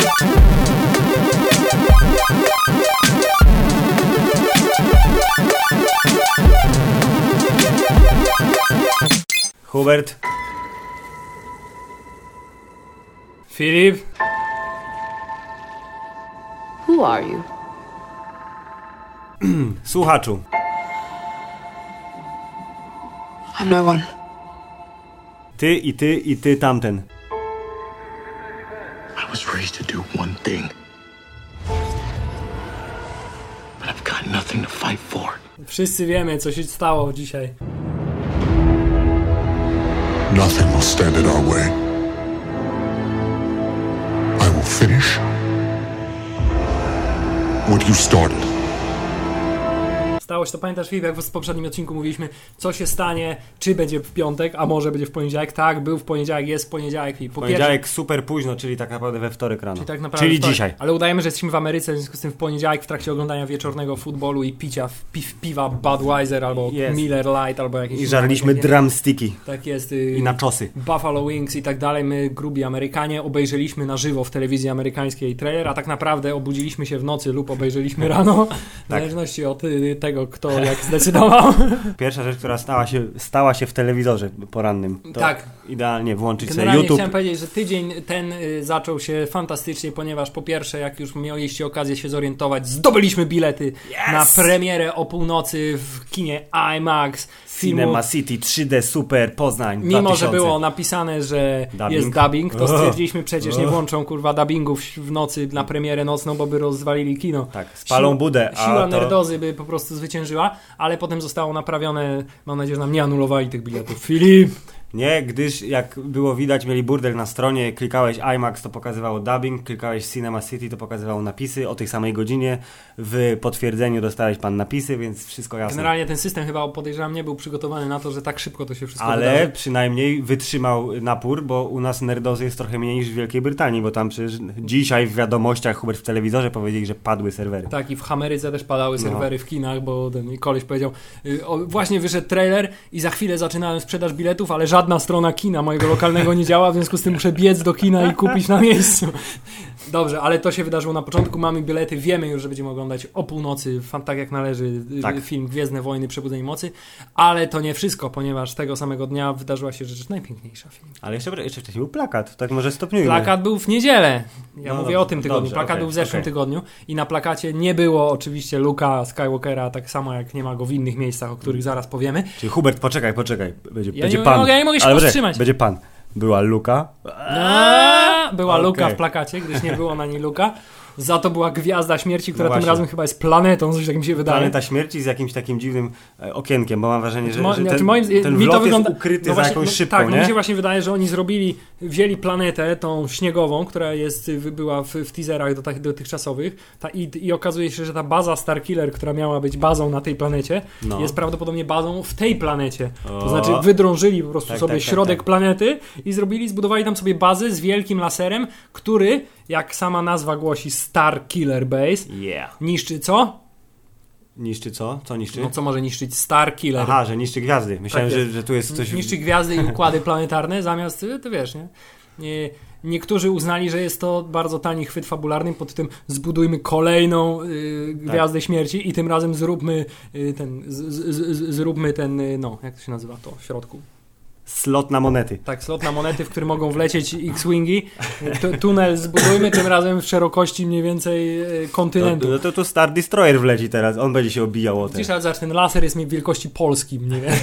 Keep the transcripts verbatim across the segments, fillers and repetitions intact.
Hubert. Filip. Who are you? Słuchaczu. I'm no one. Ty i ty i ty tamten. I was raised to do one thing. But I've got nothing to fight for. Wszyscy wiemy, co się stało dzisiaj. Nothing will stand in our way. I will finish what you started. Stało się to, pamiętasz, Filip, jak w poprzednim odcinku mówiliśmy, co się stanie, czy będzie w piątek, a może będzie w poniedziałek. Tak, był w poniedziałek, jest w poniedziałek. Filip. Po Poniedziałek pierwsze, super późno, czyli tak naprawdę we wtorek rano. czyli tak naprawdę czyli wtorek, dzisiaj. Ale udajemy, że jesteśmy w Ameryce, w związku z tym w poniedziałek w trakcie oglądania wieczornego futbolu i picia pi, piwa Budweiser albo Jest. Miller Lite albo jakieś... I żarliśmy takie, drumsticki. tak jest. Y, I naczosy. Buffalo Wings i tak dalej. My, grubi Amerykanie, obejrzeliśmy na żywo w telewizji amerykańskiej trailer, a tak naprawdę obudziliśmy się w nocy lub obejrzeliśmy rano, w Tak. zależności od y, tego, kto jak zdecydował. Pierwsza rzecz, która stała się, stała się w telewizorze porannym. To Tak. Idealnie włączyć sobie Generalnie YouTube. chciałem powiedzieć, że tydzień ten y, zaczął się fantastycznie, ponieważ po pierwsze, jak już mieliście okazję się zorientować, zdobyliśmy bilety Yes! na premierę o północy w kinie IMAX filmu. Cinema City trzy D Super Poznań Mimo, dwa tysiące. że było napisane, że Dubbing. jest dubbing, to Oh. stwierdziliśmy przecież nie Oh. włączą kurwa dubbingów w nocy na premierę nocną, bo by rozwalili kino. Tak, spalą Sił- budę. A Siła to... nerdozy by po prostu zwyciężyła, ale potem zostało naprawione, mam nadzieję, że nam nie anulowali tych biletów. Filip! Nie, gdyż jak było widać, mieli burdel na stronie, klikałeś IMAX, to pokazywało dubbing, klikałeś Cinema City, to pokazywało napisy o tej samej godzinie. W potwierdzeniu dostałeś pan napisy, więc wszystko jasne. Generalnie ten system chyba, podejrzewam, nie był przygotowany na to, że tak szybko to się wszystko Ale wydarzy. przynajmniej wytrzymał napór, bo u nas nerdozy jest trochę mniej niż w Wielkiej Brytanii, bo tam przecież dzisiaj w wiadomościach, Hubert, w telewizorze powiedzieli, że padły serwery. Tak, i w Ameryce też padały No. serwery w kinach, bo ten koleś powiedział, y, o, właśnie wyszedł trailer i za chwilę zaczynałem sprzedaż biletów, ale żadna strona kina mojego lokalnego nie działa, w związku z tym muszę biec do kina i kupić na miejscu. Dobrze, ale to się wydarzyło na początku, mamy bilety, wiemy już, że będziemy oglądać o północy, fan, tak jak należy, y, Tak. film Gwiezdne Wojny, Przebudzenie Mocy, ale to nie wszystko, ponieważ tego samego dnia wydarzyła się rzecz najpiękniejsza. Film. Ale jeszcze, jeszcze wcześniej był plakat, tak może stopniujmy. Plakat był w niedzielę. Ja No mówię dobrze, o tym tygodniu. dobrze, Plakat okej, był w zeszłym okej. tygodniu i na plakacie nie było oczywiście Luke'a Skywalkera, tak samo jak nie ma go w innych miejscach, o których zaraz powiemy. Czyli Hubert, poczekaj, poczekaj, będzie, Ja będzie nie pan. mogę- ja nie mogę się Ale będzie- powstrzymać. Będzie pan. Była Luka. Eee, była Okej. Luka w plakacie, gdyż nie było na niej Luka. Za to była Gwiazda Śmierci, która No tym właśnie. razem chyba jest planetą, coś tak mi się wydaje. Planeta Śmierci z jakimś takim dziwnym e, okienkiem, bo mam wrażenie, że, Mo- że znaczy ten, moim, ten mi wlot to wygląda, jest ukryty no za właśnie, jakąś no, szybką, tak, no nie? mi się właśnie wydaje, że oni zrobili, wzięli planetę, tą śniegową, która jest, y, była w, w teaserach do, tak- dotychczasowych ta, i, i okazuje się, że ta baza Starkiller, która miała być bazą na tej planecie, No. jest prawdopodobnie bazą w tej planecie. O. To znaczy wydrążyli po prostu Tak, sobie tak, tak, środek tak. planety i zrobili, zbudowali tam sobie bazę z wielkim laserem, który, jak sama nazwa głosi, Starkiller Base, Yeah. niszczy co? Niszczy co? Co niszczy? No co może niszczyć Starkiller? Aha, że niszczy gwiazdy. Myślałem, Tak że, jest. że tu jest coś... Niszczy gwiazdy i układy planetarne, zamiast, y, to wiesz, nie? nie? Niektórzy uznali, że jest to bardzo tani chwyt fabularny pod tym zbudujmy kolejną y, Gwiazdę Śmierci i tym razem zróbmy y, ten, z, z, z, zróbmy ten, y, no, jak to się nazywa to w środku? Slot na monety. Tak, slot na monety, w który mogą wlecieć X-Wingi. Tu, tunel zbudujmy, tym razem w szerokości mniej więcej y, kontynentu. No to tu Star Destroyer wleci teraz, on będzie się obijał o te. Widzisz, ale zobacz, ten laser jest mi wielkości Polski, nie wiem.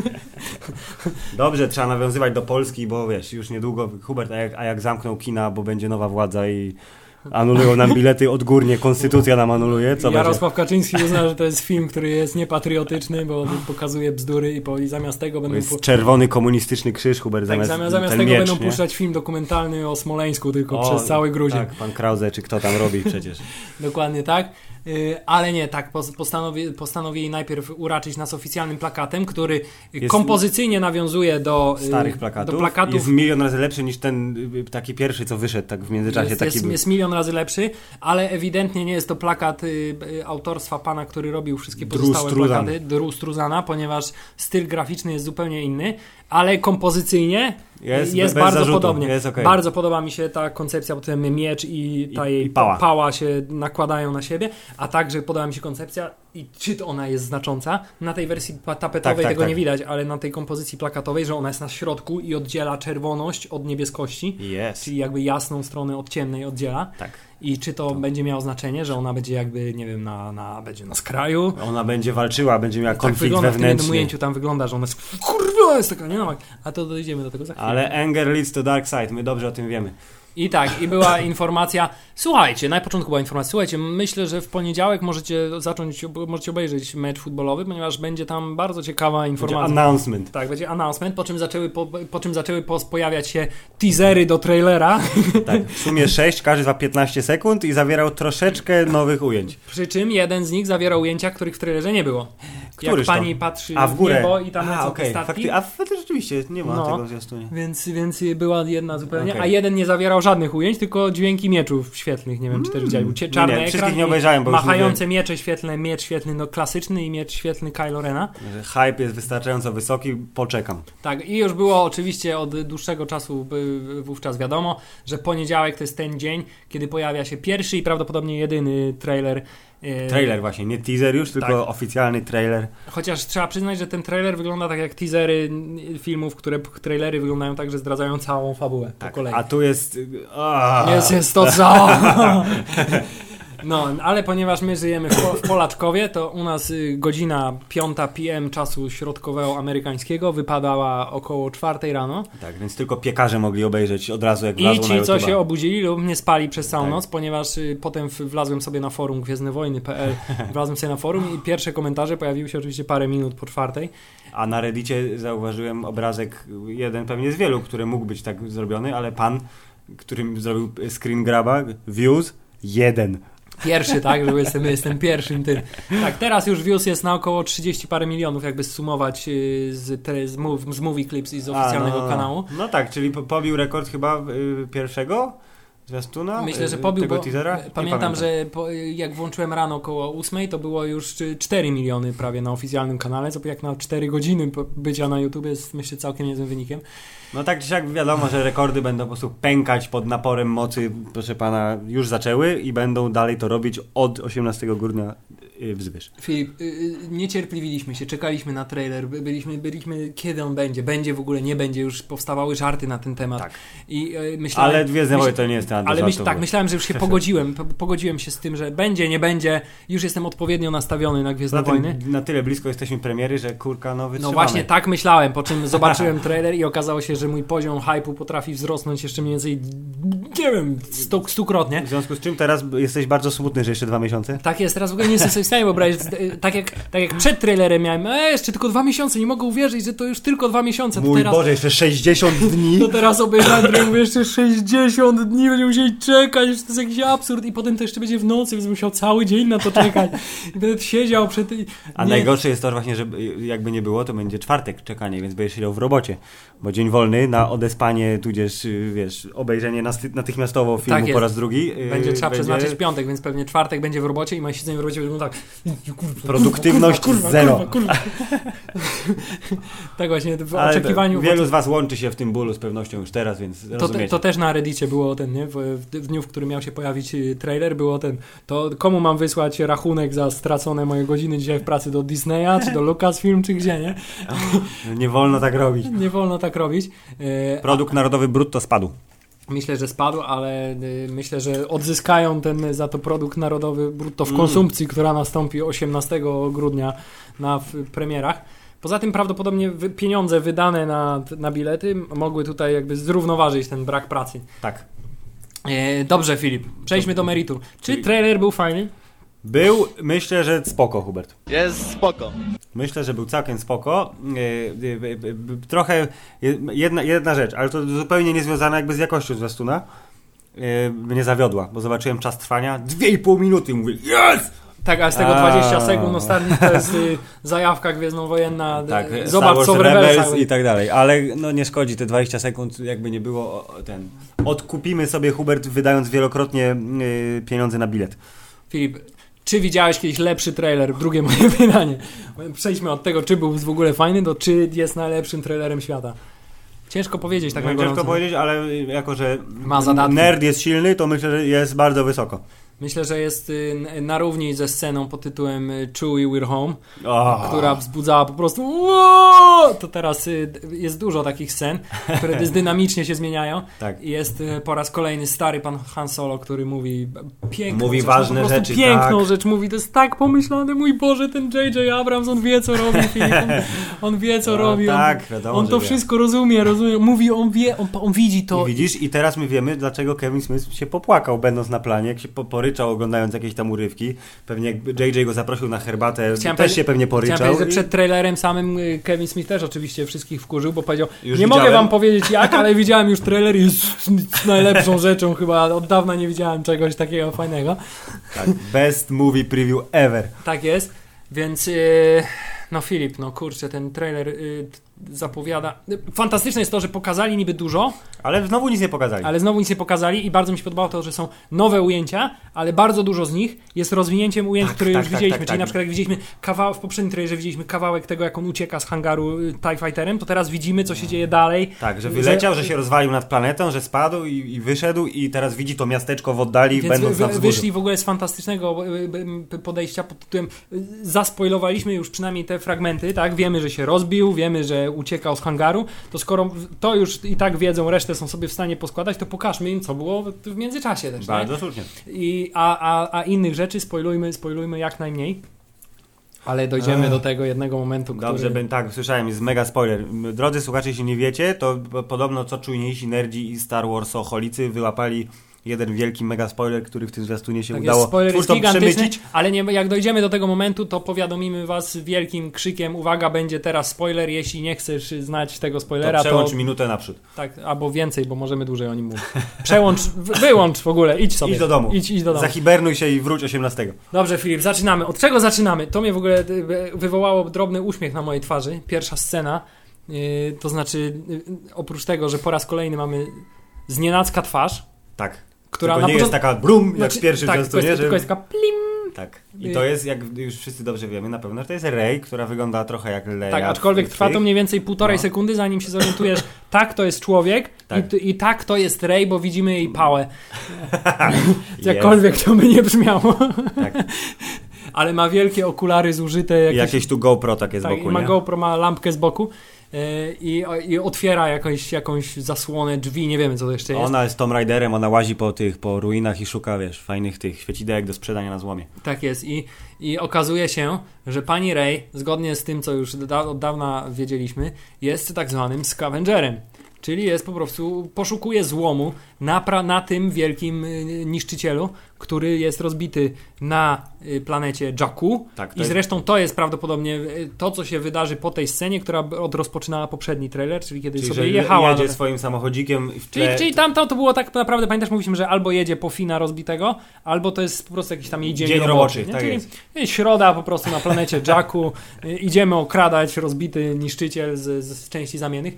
Dobrze, trzeba nawiązywać do Polski, bo wiesz, już niedługo, Hubert, a jak, a jak zamknął kina, bo będzie nowa władza i anulują nam bilety odgórnie, konstytucja nam anuluje, co Jarosław Kaczyński uzna, że to jest film, który jest niepatriotyczny, bo pokazuje bzdury i po, i zamiast tego będzie? To będą... jest czerwony komunistyczny krzyż, Hubert, Tak, zamiast, zamiast, zamiast ten tego miecz, będą nie? puszczać film dokumentalny o Smoleńsku tylko O, przez cały Grudzień. Tak, pan Krause, czy kto tam robi przecież. Dokładnie tak. Yy, ale nie, tak, pos- postanowi, postanowili najpierw uraczyć nas oficjalnym plakatem, który Jest- kompozycyjnie nawiązuje do yy, Starych plakatów. Do plakatów. Jest milion razy lepszy niż ten y, taki pierwszy, co wyszedł tak w międzyczasie. Jest, taki jest, był. jest milion razy lepszy, ale ewidentnie nie jest to plakat y, y, autorstwa pana, który robił wszystkie Drew pozostałe Struzan. plakaty, Drew Struzana, ponieważ styl graficzny jest zupełnie inny, ale kompozycyjnie jest, jest bez bardzo zarzutu. podobnie. Jest okay. Bardzo podoba mi się ta koncepcja, bo ten miecz i ta I, jej i pała. pała się nakładają na siebie, a także podoba mi się koncepcja i czy to ona jest znacząca. Na tej wersji tapetowej tak, tak, tego tak. nie widać, ale na tej kompozycji plakatowej, że ona jest na środku i oddziela czerwoność od niebieskości, Yes. czyli jakby jasną stronę od ciemnej oddziela. Tak. I czy to, to będzie miało znaczenie, że ona będzie jakby, nie wiem, na, na, będzie na skraju. Ona będzie walczyła, będzie miała Tak konflikt wygląda wewnętrzny. w tym jednym ujęciu, tam wygląda, że ona jest kurwa, jest taka, nie no, a to dojdziemy do tego za chwilę. Ale anger leads to dark side, my dobrze o tym wiemy. I tak, i była informacja, słuchajcie, na początku była informacja, słuchajcie, myślę, że w poniedziałek możecie zacząć, możecie obejrzeć mecz futbolowy, ponieważ będzie tam bardzo ciekawa informacja. Będzie announcement. Tak, będzie announcement, po czym zaczęły, po, po czym zaczęły pojawiać się teasery do trailera. Tak, w sumie sześć, każdy za piętnaście sekund i zawierał troszeczkę nowych ujęć. Przy czym jeden z nich zawierał ujęcia, których w trailerze nie było. Któryż Jak pani to? patrzy A, w górę. w niebo i tam A, lecą okej, statki. fakty, a to rzeczywiście nie ma No. tego zwiastunie. Więc, więc była jedna zupełnie, Okej. a jeden nie zawierał żadnych ujęć, tylko dźwięki mieczów świetlnych, nie wiem czy też widziałeś, był cie- czarny nie, nie, ekran wszystkich nie i obejrzałem, bo już machające miecze świetlne, miecz świetlny no klasyczny i miecz świetlny Kylo Rena. Że hype jest wystarczająco wysoki, poczekam. Tak, i już było oczywiście od dłuższego czasu by- wówczas wiadomo, że poniedziałek to jest ten dzień, kiedy pojawia się pierwszy i prawdopodobnie jedyny trailer. e, Trailer właśnie, nie teaser już, tylko Tak. oficjalny trailer. Chociaż trzeba przyznać, że ten trailer wygląda tak jak teasery filmów, które trailery wyglądają tak, że zdradzają całą fabułę po kolei. A tu jest... Ah. Jest, jest to co? No, ale ponieważ my żyjemy w, w Polaczkowie, to u nas y, godzina piąta p m czasu środkowego amerykańskiego wypadała około czwartej rano. Tak, więc tylko piekarze mogli obejrzeć od razu, jak I wlazło na ci, co YouTube'a. się obudzili lub nie spali przez całą Tak. noc, ponieważ y, potem w, wlazłem sobie na forum gwiezdne wojny kropka p l, wlazłem sobie na forum i pierwsze komentarze pojawiły się oczywiście parę minut po czwartej. A na Reddicie zauważyłem obrazek, jeden pewnie z wielu, który mógł być tak zrobiony, ale pan, którym zrobił screen graba, views, jeden. Pierwszy, tak, że jestem, jestem pierwszym tym. Tak, teraz już views jest na około trzydzieści parę milionów, jakby sumować y, z, te, z, move, z Movie Clips i z oficjalnego A, no, kanału. No tak, czyli po, pobił rekord chyba y, pierwszego zwiastuna? Myślę, że y, pobił, tego bo teasera? Nie pamiętam, że po, jak włączyłem rano około ósmej, to było już cztery miliony prawie na oficjalnym kanale, co jak na cztery godziny bycia na YouTube jest, myślę, całkiem niezłym wynikiem. No tak czy siak wiadomo, że rekordy będą po prostu pękać pod naporem mocy, proszę pana, już zaczęły i będą dalej to robić od osiemnastego grudnia y, wzwyż. Filip, y, y, niecierpliwiliśmy się, czekaliśmy na trailer, by- byliśmy, byliśmy kiedy on będzie, będzie w ogóle, nie będzie, już powstawały żarty na ten temat. Tak. I y, myślałem, Ale Gwiezdne Wojny myśl- to nie jest temat do Ale myśl, żartów. tak, myślałem, że już się pogodziłem, po, pogodziłem się z tym, że będzie, nie będzie, już jestem odpowiednio nastawiony na Gwiezdne Poza tym Wojny. na tyle blisko jesteśmy premiery, że kurka, no No wytrzymamy. właśnie tak myślałem, po czym zobaczyłem trailer i okazało się, że mój poziom hype'u potrafi wzrosnąć jeszcze mniej więcej, nie wiem, stu, stukrotnie. W związku z czym teraz jesteś bardzo smutny, że jeszcze dwa miesiące? Tak jest, teraz w ogóle nie jestem sobie w stanie wyobrazić, tak jak, tak jak przed trailerem miałem, e, jeszcze tylko dwa miesiące, nie mogę uwierzyć, że to już tylko dwa miesiące. To Mój teraz, Boże, jeszcze sześćdziesiąt dni? To teraz obejrzałem i mówię, jeszcze sześćdziesiąt dni, będziemy musieli czekać, że to jest jakiś absurd i potem to jeszcze będzie w nocy, więc musiał cały dzień na to czekać. I będę siedział przed... A nie. najgorsze jest to właśnie, że jakby nie było, to będzie czwartek czekanie, więc będziesz siedział w robocie. Bo dzień wolny na odespanie, tudzież, wiesz, obejrzenie nasty- natychmiastowo filmu Tak jest. po raz drugi. Będzie yy, trzeba przeznaczyć piątek, więc pewnie czwartek będzie w robocie i moje siedzenie w robocie będzie tak... Kurwa, Produktywność kurwa, zero. Kurwa, kurwa. tak właśnie, w Ale oczekiwaniu... wielu z was łączy się w tym bólu z pewnością już teraz, więc To, te, rozumiecie. to też na Reddicie było ten, nie? W, w, w dniu, w którym miał się pojawić y, trailer, było ten, to komu mam wysłać rachunek za stracone moje godziny dzisiaj w pracy, do Disneya, czy do Lucasfilm, czy gdzie, nie? Nie wolno tak robić. Nie wolno tak robić. Y, Produkt narodowy brutto spadł. Myślę, że spadł, ale y, myślę, że odzyskają ten za to produkt narodowy brutto w konsumpcji, która nastąpi osiemnastego grudnia na w, premierach. Poza tym prawdopodobnie wy, pieniądze wydane na, na bilety mogły tutaj jakby zrównoważyć ten brak pracy. Tak. E, dobrze, Filip, przejdźmy do meritum. Czy Czyli- trailer był fajny? Był, myślę, że spoko, Hubert. Jest spoko. Myślę, że był całkiem spoko. Yy, yy, yy, yy, trochę jedna, jedna rzecz, ale to zupełnie niezwiązana jakby z jakością zwiastuna. Yy, mnie zawiodła, bo zobaczyłem czas trwania dwie i pół minuty i mówię yes! Tak, a z tego A. dwadzieścia sekund ostatnich to jest y, zajawka gwiezdnowojenna. Tak, y, Star zobacz Wars co w Rebels Rebelsach. i tak dalej, ale no nie szkodzi, te dwadzieścia sekund jakby nie było o, ten. Odkupimy sobie, Hubert, wydając wielokrotnie yy, pieniądze na bilet. Filip, Czy widziałeś kiedyś lepszy trailer? Drugie moje pytanie. Przejdźmy od tego, czy był w ogóle fajny, do czy jest najlepszym trailerem świata. Ciężko powiedzieć tak no, na gorąco. Ciężko powiedzieć, ale jako, że ma zadatki. Nerd jest silny, to myślę, że jest bardzo wysoko. Myślę, że jest na równi ze sceną pod tytułem Chewie We're Home, oh. która wzbudzała po prostu Woo! To teraz jest dużo takich scen, które dynamicznie się zmieniają. Tak. I jest po raz kolejny stary pan Han Solo, który mówi piękną mówi rzecz, ważne po prostu rzeczy, piękną tak. rzecz, mówi, to jest tak pomyślane, mój Boże, ten J J Abrams, on wie co robi, Filip, on, on wie co no, robi, on, tak, wiadomo, on to wie. wszystko rozumie, rozumie, mówi, on wie, on, on widzi to. I widzisz, i teraz my wiemy, dlaczego Kevin Smith się popłakał, będąc na planie, jak się poryczał, oglądając jakieś tam urywki. Pewnie jak J J go zaprosił na herbatę, chciałem też się pewnie poryczał. Chciałem powiedzieć, i... że przed trailerem samym Kevin Smith też oczywiście wszystkich wkurzył, bo powiedział, już nie widziałem. mogę wam powiedzieć jak, ale widziałem już trailer i jest najlepszą rzeczą chyba, od dawna nie widziałem czegoś takiego fajnego. Tak, best movie preview ever. Tak jest, więc yy, no Filip, no kurczę, ten trailer yy, zapowiada. Fantastyczne jest to, że pokazali niby dużo, ale znowu nic nie pokazali. Ale znowu nic nie pokazali i bardzo mi się podobało to, że są nowe ujęcia, ale bardzo dużo z nich jest rozwinięciem ujęć, tak, które tak, już tak, widzieliśmy. tak, Czyli tak. na przykład jak widzieliśmy kawałek, w poprzednim trailerze widzieliśmy kawałek tego, jak on ucieka z hangaru TIE Fighterem, to teraz widzimy, co się dzieje dalej. Tak, że wyleciał, że, że się rozwalił nad planetą, że spadł i, i wyszedł i teraz widzi to miasteczko w oddali, Więc będąc wy, na wy, wzgórzu. wyszli w ogóle z fantastycznego podejścia pod tytułem zaspoilowaliśmy już przynajmniej te fragmenty, tak? Wiemy, że się rozbił, wiemy, że uciekał z hangaru, to skoro to już i tak wiedzą, resztę są sobie w stanie poskładać, to pokażmy im, co było w międzyczasie też. Bardzo nie? słusznie. I, a, a, a innych rzeczy spoilujmy, spoilujmy jak najmniej. Ale dojdziemy Ech. do tego jednego momentu, który... Dobrze, ben, tak, słyszałem, jest mega spoiler. Drodzy słuchacze, jeśli nie wiecie, to podobno co czujniejsi nerdzi i Star Wars-ocholicy wyłapali jeden wielki mega spoiler, który w tym zwiastunie się tak udało jest, spoiler jest gigantyczny, przemycić. Ale nie, jak dojdziemy do tego momentu, to powiadomimy was wielkim krzykiem, uwaga, będzie teraz spoiler, jeśli nie chcesz znać tego spoilera, to przełącz to... minutę naprzód. Tak, albo więcej, bo możemy dłużej o nim mówić. Przełącz, wyłącz w ogóle, idź sobie. Idź do domu. Idź, idź do domu. Zahibernuj się i wróć osiemnastego. Dobrze, Filip, zaczynamy. Od czego zaczynamy? To mnie w ogóle wywołało drobny uśmiech na mojej twarzy. Pierwsza scena, yy, to znaczy yy, oprócz tego, że po raz kolejny mamy znienacka twarz. Tak. Która tylko na nie początku... jest taka brum, jak znaczy, w pierwszym tak, zwiastunie, tylko, że... tylko jest taka plim. Tak. I to jest, jak już wszyscy dobrze wiemy na pewno, że to jest Rey, która wygląda trochę jak Leia. Tak, aczkolwiek trwa to mniej więcej półtorej no. sekundy, zanim się zorientujesz, tak, to jest człowiek tak. I, i tak, to jest Rey, bo widzimy jej pałę. Jakkolwiek to by nie brzmiało. Tak. Ale ma wielkie okulary zużyte. Jakieś, I jakieś tu GoPro takie z tak, boku, ma nie? GoPro, ma lampkę z boku. I, i otwiera jakąś, jakąś zasłonę drzwi, nie wiemy co to jeszcze jest. Ona jest Tomb Raiderem, ona łazi po tych, po ruinach i szuka, wiesz, fajnych tych świecidełek do sprzedania na złomie. Tak jest i, i okazuje się, że pani Rey, zgodnie z tym co już da, od dawna wiedzieliśmy, jest tak zwanym scavengerem. Czyli jest po prostu, poszukuje złomu na, pra, na tym wielkim y, niszczycielu, który jest rozbity na y, planecie Jakku. Tak, i zresztą jest... to jest prawdopodobnie y, to, co się wydarzy po tej scenie, która od rozpoczynała poprzedni trailer, czyli kiedy czyli, sobie jechała. jedzie swoim samochodzikiem w tle... Czyli, czyli tam to, to było tak naprawdę, pamiętasz, mówiliśmy, że albo jedzie po Fina rozbitego, albo to jest po prostu jakiś tam jej dzień, dzień roboczy. roboczy Tak czyli jest. środa po prostu na planecie Jakku, y, idziemy okradać rozbity niszczyciel z, z części zamiennych.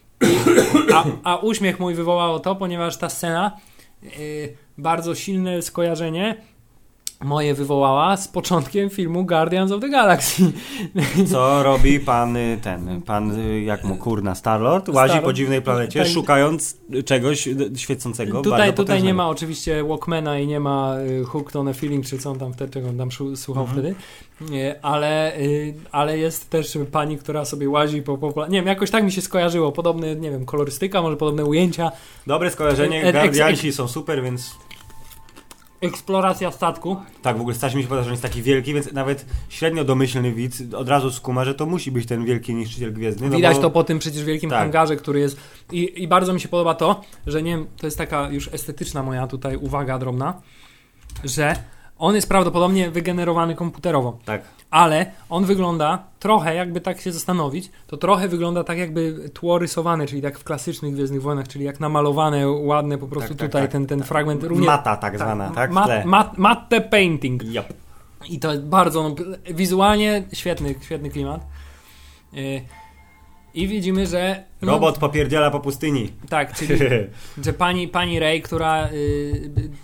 A, a uśmiech mój wywołało to, ponieważ ta scena yy, bardzo silne skojarzenie moje wywołała z początkiem filmu Guardians of the Galaxy. Co robi pan ten, pan jak mu kurna, Star-Lord, łazi Star-Lord. po dziwnej planecie, tutaj, szukając czegoś świecącego. Tutaj, tutaj nie ma oczywiście Walkmana i nie ma Hooked on a Feeling, czy co on tam wtedy, czego on tam słuchał mhm. wtedy, ale, ale jest też pani, która sobie łazi po, po... Nie wiem, jakoś tak mi się skojarzyło, podobne, nie wiem, kolorystyka, może podobne ujęcia. Dobre skojarzenie, Guardiansi są super, więc... Eksploracja statku. Tak, w ogóle strasznie mi się podoba, że on jest taki wielki, więc nawet średnio domyślny widz od razu skuma, że to musi być ten wielki niszczyciel gwiezdny. No Widać bo... to po tym przecież wielkim tak. hangarze, który jest... I, I bardzo mi się podoba to, że nie wiem, to jest taka już estetyczna moja tutaj uwaga drobna, że on jest prawdopodobnie wygenerowany komputerowo. Tak. Ale on wygląda trochę, jakby tak się zastanowić, to trochę wygląda tak jakby tło rysowane, czyli tak w klasycznych Gwiezdnych Wojnach, czyli jak namalowane, ładne po prostu tak, tutaj tak, ten, ten tak, fragment. Tak. Równie, mata tak zwana, tak? Mat, mat, matte painting. Yep. I to jest bardzo, no, wizualnie świetny, świetny klimat. Yy, I widzimy, że... No, robot popierdziela po pustyni. Tak, czyli że pani, pani Rey, która... Yy,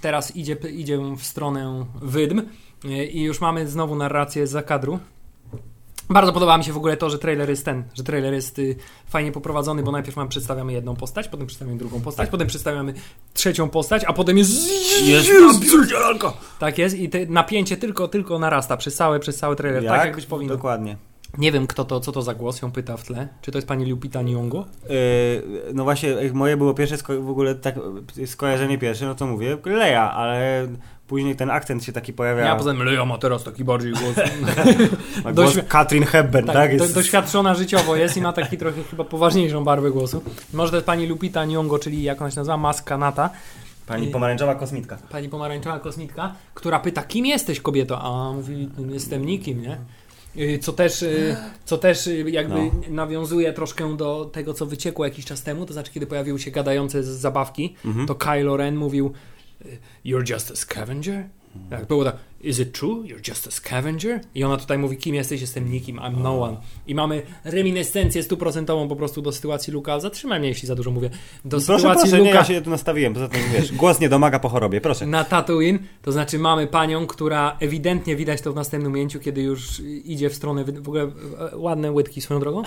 teraz idzie, idzie w stronę wydm i już mamy znowu narrację z zakadru. Bardzo podoba mi się w ogóle to, że trailer jest ten, że trailer jest y, fajnie poprowadzony, bo najpierw mamy przedstawiamy jedną postać, potem przedstawiamy drugą postać, tak. potem przedstawiamy trzecią postać, a potem jest jest, jest tak jest i te napięcie tylko, tylko narasta przez cały, przez cały trailer, jak? tak jak być powinno. Dokładnie. Nie wiem, kto to, co to za głos ją pyta w tle. Czy to jest pani Lupita Nyong'o? Yy, no właśnie, moje było pierwsze, sko- w ogóle tak skojarzenie pierwsze, no to mówię, Leia, ale później ten akcent się taki pojawia. Ja poza tym Leia ma teraz taki bardziej głos. ma głos Doświ- Katrin Hepburn, tak? tak do, jest... Doświadczona życiowo jest i ma taki trochę chyba poważniejszą barwę głosu. Może to jest pani Lupita Nyong'o, czyli jak ona się nazywa? Maska Nata. Pani pomarańczowa kosmitka. Pani pomarańczowa kosmitka, która pyta, kim jesteś, kobieto? A mówi, jestem nikim, nie? Co też, co też jakby no. nawiązuje troszkę do tego, co wyciekło jakiś czas temu, to znaczy kiedy pojawiły się gadające z zabawki, mm-hmm. to Kylo Ren mówił You're just a scavenger? Tak, było tak, is it true? You're just a scavenger? I ona tutaj mówi, kim jesteś? Jestem nikim, I'm no one. I mamy reminiscencję stuprocentową po prostu do sytuacji Luka. Zatrzymaj mnie, jeśli za dużo mówię. Do proszę, sytuacji proszę, Luka... nie, ja się tu nastawiłem, poza tym wiesz, głos nie domaga po chorobie, proszę. Na Tatooine, to znaczy mamy panią, która ewidentnie widać to w następnym ujęciu, kiedy już idzie w stronę, w ogóle ładne łydki swoją drogą.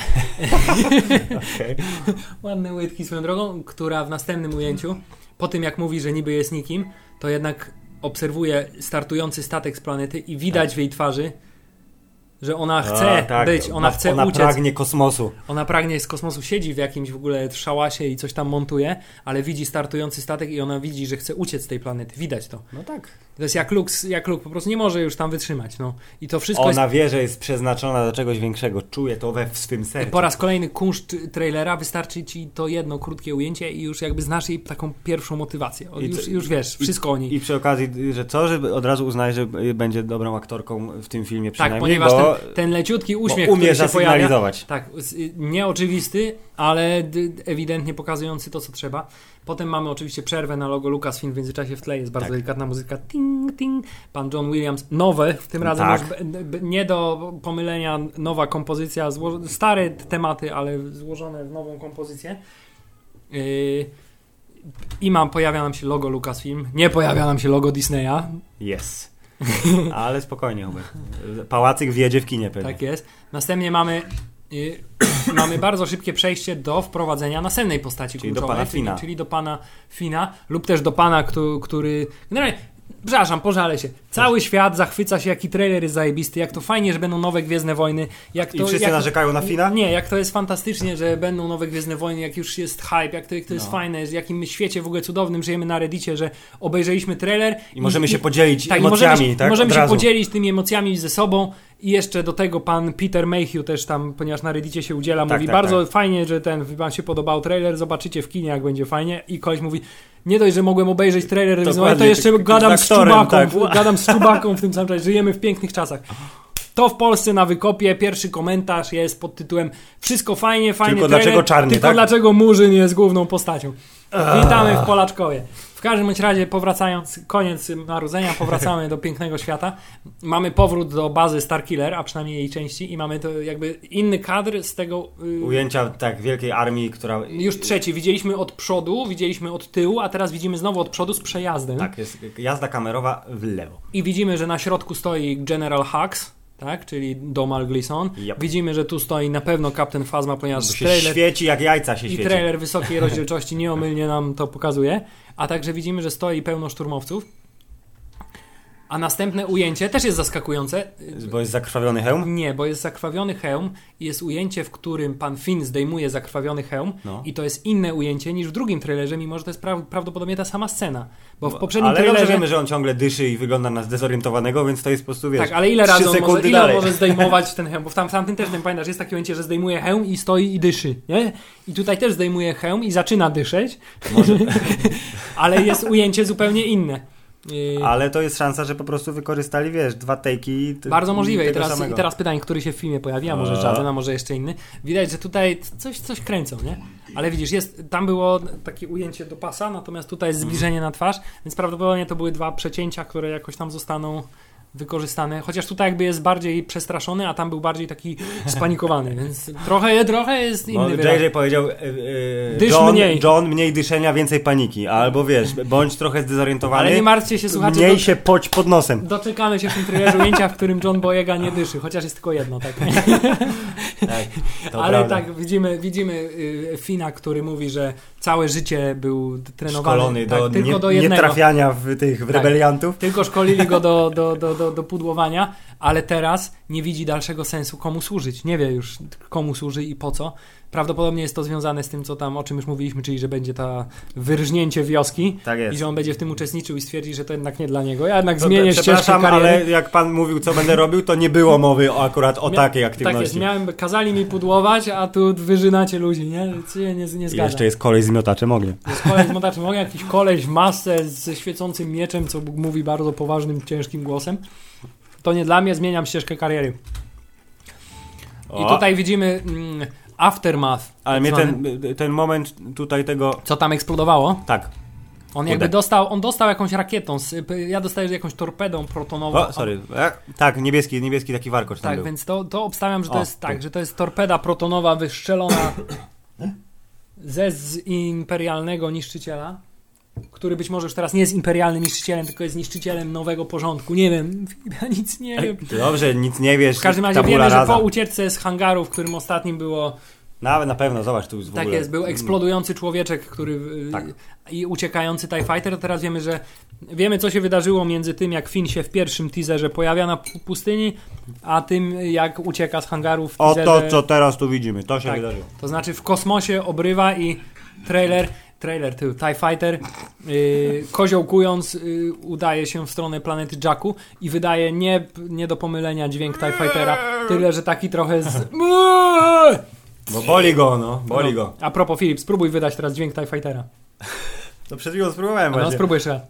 okay. Ładne łydki swoją drogą, która w następnym ujęciu, po tym jak mówi, że niby jest nikim, to jednak obserwuje startujący statek z planety i widać tak. w jej twarzy, że ona chce A, tak. być, ona, ona chce ona uciec. Ona pragnie kosmosu. Ona pragnie z kosmosu, siedzi w jakimś w ogóle szałasie i coś tam montuje, ale widzi startujący statek i ona widzi, że chce uciec z tej planety. Widać to. No tak. To jest jak Luke, jak Luke po prostu nie może już tam wytrzymać. No. I to wszystko ona jest... wie, że jest przeznaczona do czegoś większego. Czuje to we w swym sercu. Po raz kolejny kunszt trailera, wystarczy ci to jedno krótkie ujęcie i już jakby znasz jej taką pierwszą motywację. O, już, co, już wiesz, wszystko i, o niej. I przy okazji, że co, że od razu uznaj, że będzie dobrą aktorką w tym filmie przynajmniej. Tak, ponieważ bo, ten, ten leciutki uśmiech, umie który się pojawia, tak, nieoczywisty, ale ewidentnie pokazujący to, co trzeba. Potem mamy oczywiście przerwę na logo Lucasfilm, w międzyczasie w tle jest bardzo tak. delikatna muzyka, ting, ting. Pan John Williams, nowe, w tym razem tak. już b, b, nie do pomylenia, nowa kompozycja, zło- stare tematy, ale złożone w nową kompozycję. Yy, I mam, pojawia nam się logo Lucasfilm, nie pojawia nam się logo Disneya. Yes. Ale spokojnie, Hubert. Pałacyk wjedzie w kinie pewnie. Tak jest. Następnie mamy yy, mamy bardzo szybkie przejście do wprowadzenia następnej postaci czyli kluczowej, do pana czyli, Fina. czyli do pana Fina lub też do pana, który, który generalnie, przepraszam, pożalę się. Cały świat zachwyca się, jaki trailer jest zajebisty, jak to fajnie, że będą nowe Gwiezdne Wojny. Jak to, I wszyscy jak, narzekają na Fina? Nie, jak to jest fantastycznie, że będą nowe Gwiezdne Wojny, jak już jest hype, jak to, jak to jest no. fajne, w jakim świecie w ogóle cudownym żyjemy na Reddicie, że obejrzeliśmy trailer. I możemy i, się podzielić tak, emocjami, możemy, tak? Możemy Od się razu. podzielić tymi emocjami ze sobą i jeszcze do tego pan Peter Mayhew też tam, ponieważ na Reddicie się udziela, tak, mówi tak, bardzo tak. fajnie, że ten wam się podobał trailer, zobaczycie w kinie, jak będzie fajnie. I koleś mówi, nie dość, że mogłem obejrzeć trailer, Dokładnie, to jeszcze ty, gadam z z Czubaką, tak. gadam z Czubaką w tym samym czasie, żyjemy w pięknych czasach. To w Polsce na Wykopie, pierwszy komentarz jest pod tytułem wszystko fajnie, fajnie tylko trailer, dlaczego czarny, tylko tak? dlaczego Murzyn jest główną postacią. Witamy w Polaczkowie. W każdym bądź razie, powracając, koniec marudzenia, powracamy do pięknego świata. Mamy powrót do bazy Starkiller, a przynajmniej jej części, i mamy to jakby inny kadr z tego... Yy... Ujęcia tak wielkiej armii, która... Już trzeci. Widzieliśmy od przodu, widzieliśmy od tyłu, a teraz widzimy znowu od przodu z przejazdem. Tak, jest jazda kamerowa w lewo. I widzimy, że na środku stoi General Hux, tak, czyli Domhnall Gleeson. Yep. Widzimy, że tu stoi na pewno Captain Phasma, ponieważ Bo się trailer... świeci jak jajca się I świeci. trailer wysokiej rozdzielczości nieomylnie nam to pokazuje. A także widzimy, że stoi pełno szturmowców. A następne ujęcie też jest zaskakujące. Bo jest zakrwawiony hełm? Nie, bo jest zakrwawiony hełm i jest ujęcie, w którym pan Finn zdejmuje zakrwawiony hełm no. i to jest inne ujęcie niż w drugim trailerze, mimo że to jest pra- prawdopodobnie ta sama scena. Bo w poprzednim ale trailerze... dobrze wiemy, że on ciągle dyszy i wygląda na zdezorientowanego, więc to jest po prostu, wiesz, tak, ale ile razy on może, ile on może dalej. zdejmować ten hełm? Bo w, tam, w tamtym też, ten, pamiętasz, jest takie ujęcie, że zdejmuje hełm i stoi i dyszy, nie? I tutaj też zdejmuje hełm i zaczyna dyszeć, może. Ale jest ujęcie zupełnie inne. Ale to jest szansa, że po prostu wykorzystali, wiesz, dwa take'i. T- Bardzo możliwe. I teraz, samego. I teraz pytanie, który się w filmie pojawi, a może żaden, a może jeszcze inny. Widać, że tutaj coś, coś kręcą, nie? Ale widzisz, jest, tam było takie ujęcie do pasa, natomiast tutaj jest zbliżenie na twarz, więc prawdopodobnie to były dwa przecięcia, które jakoś tam zostaną wykorzystane, chociaż tutaj jakby jest bardziej przestraszony, a tam był bardziej taki spanikowany, więc trochę, trochę jest inny J wyraz. J powiedział yy, Dysz John, mniej. John, mniej dyszenia, więcej paniki, albo wiesz, bądź trochę zdezorientowany, Ale nie martwcie się, słuchacze, mniej do... się poć pod nosem. doczekamy się w tym trailerze ujęcia, w którym John Boyega nie dyszy, chociaż jest tylko jedno, tak? Tak, to Ale prawda. tak, widzimy, widzimy y, Fina, który mówi, że całe życie był trenowany Szkolony tak, do, tylko nie, do nie jednego. trafiania w tych w Tak. rebeliantów. Tylko szkolili go do, do, do, do, do pudłowania, ale teraz nie widzi dalszego sensu, komu służyć. Nie wie już, komu służy i po co. Prawdopodobnie jest to związane z tym, co tam, o czym już mówiliśmy, czyli że będzie ta wyrżnięcie wioski Tak jest. i że on będzie w tym uczestniczył i stwierdzi, że to jednak nie dla niego. Ja jednak To- zmienię ścieżkę Przepraszam, kariery. ale jak pan mówił, co będę robił, to nie było mowy o, akurat o Mia- takiej aktywności. Tak jest, miałem, kazali mi pudłować, a tu wyżynacie ludzi, nie? Co się nie, nie I zgadza. jeszcze jest koleś z miotaczem ognia. Jest koleś z motaczem ognia, jakiś koleś w masce ze świecącym mieczem, co mówi bardzo poważnym, ciężkim głosem. To nie dla mnie, zmieniam ścieżkę kariery. I O. tutaj widzimy mm, aftermath. Ale tak mnie zwany. ten, ten moment tutaj tego... Co tam eksplodowało? Tak. On jakby Kurde. dostał, on dostał jakąś rakietą, z, ja dostałem jakąś torpedą protonową. O, sorry. E, Tak, niebieski, niebieski taki warkocz tam Tak, był. więc to, to obstawiam, że to O, jest tak, tu. że to jest torpeda protonowa wystrzelona ze z imperialnego niszczyciela, który być może już teraz nie jest imperialnym niszczycielem, tylko jest niszczycielem nowego porządku. Nie wiem, ja nic nie wiem. Dobrze, nic nie wiesz. W każdym razie tabula wiemy, że rasa. po ucieczce z hangaru, w którym ostatnim było, Nawet na pewno, zobacz tu w tak ogóle. jest, był eksplodujący człowieczek, który y, Tak. i uciekający TIE Fighter, to teraz wiemy, że wiemy, co się wydarzyło między tym, jak Finn się w pierwszym teaserze pojawia na pu- pustyni, a tym, jak ucieka z hangaru w O teaserze. to, co teraz tu widzimy, to się Tak. wydarzyło. To znaczy w kosmosie obrywa i trailer, trailer tył, TIE Fighter yy, koziołkując yy, udaje się w stronę planety Jakku i wydaje nie, nie do pomylenia dźwięk TIE Fightera, tyle, że taki trochę z... Bo boli go, no, boli No. go. A propos, Filip, spróbuj wydać teraz dźwięk TIE Fightera. To przed chwilą spróbowałem No, właśnie. spróbuj jeszcze raz.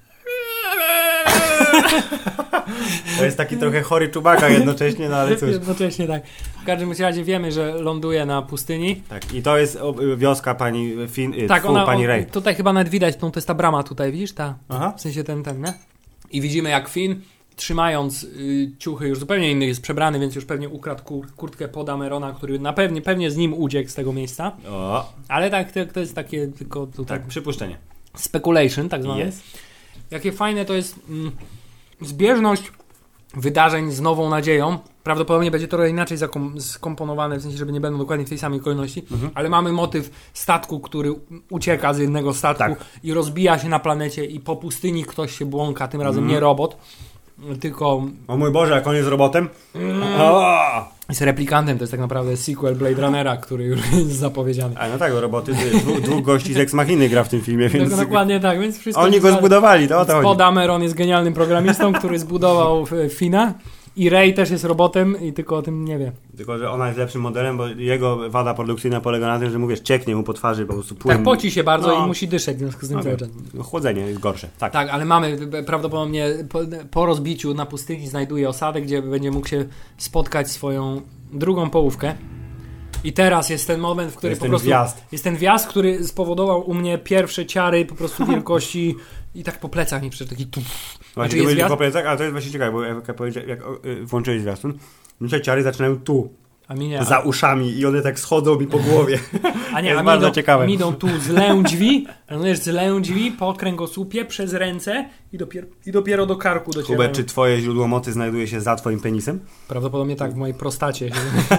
To jest taki trochę chory czubaka jednocześnie, no ale cóż. Jednocześnie tak. W każdym razie wiemy, że ląduje na pustyni. Tak, i to jest o, wioska pani Fin, y, Tak, tfu, ona, pani on, Rey. tutaj chyba nawet widać, tą, to jest ta brama tutaj, widzisz? Ta, Aha. w sensie ten, ten, nie? I widzimy, jak Finn, trzymając y, ciuchy już zupełnie inny, jest przebrany, więc już pewnie ukradł kur, kurtkę pod Amerona, który na pewnie, pewnie z nim uciekł z tego miejsca. O, Ale tak, to, to jest takie tylko tutaj tak, przypuszczenie. speculation, tak zwane. Jest. Jakie fajne to jest mm, zbieżność wydarzeń z nową nadzieją. Prawdopodobnie będzie trochę inaczej zakom- skomponowane, w sensie, żeby nie będą dokładnie w tej samej kolejności, Mhm. ale mamy motyw statku, który ucieka z jednego statku Tak. i rozbija się na planecie i po pustyni ktoś się błąka, tym razem Mhm. nie robot, tylko O mój Boże, jak on jest robotem. O! jest replikantem, to jest tak naprawdę sequel Blade Runnera, który już jest zapowiedziany. A no tak, roboty, dwóch, dwóch gości z Ex Machiny gra w tym filmie, więc Dok- Dokładnie tak, więc wszystko oni jest go zgadza. zbudowali, to o to Pod chodzi. Dameron jest genialnym programistą, który zbudował e, Fina i Rey też jest robotem i tylko o tym nie wie. Tylko, że ona jest lepszym modelem, bo jego wada produkcyjna polega na tym, że mówisz, cieknie mu po twarzy po prostu płyn. Tak, poci się bardzo No. i musi dyszeć w związku z tym Okej. cały czas. Chłodzenie jest gorsze, tak. Tak, ale mamy e, prawdopodobnie po, po rozbiciu na pustyni znajduje osadę, gdzie będzie mógł się spotkać swoją drugą połówkę. I teraz jest ten moment, w którym jest po ten prostu wjazd. jest ten wjazd, który spowodował u mnie pierwsze ciary po prostu wielkości i tak po plecach mi przecież taki tu. Właśnie, Znaczy to jest będzie wjazd? po plecach, ale to jest właśnie ciekawe, bo jak, powiedział- jak o, y, włączyłeś zwiastun, no to ciary zaczynają tu, A mi nie. za uszami i one tak schodzą mi po głowie. A nie, jest a mi bardzo idą, ciekawe. mi idą tu z lędźwi, rozumiesz, z lędźwi po kręgosłupie, przez ręce i dopiero, i dopiero do karku docierają. Hubert, czy twoje źródło mocy znajduje się za twoim penisem? Prawdopodobnie tak, w mojej prostacie.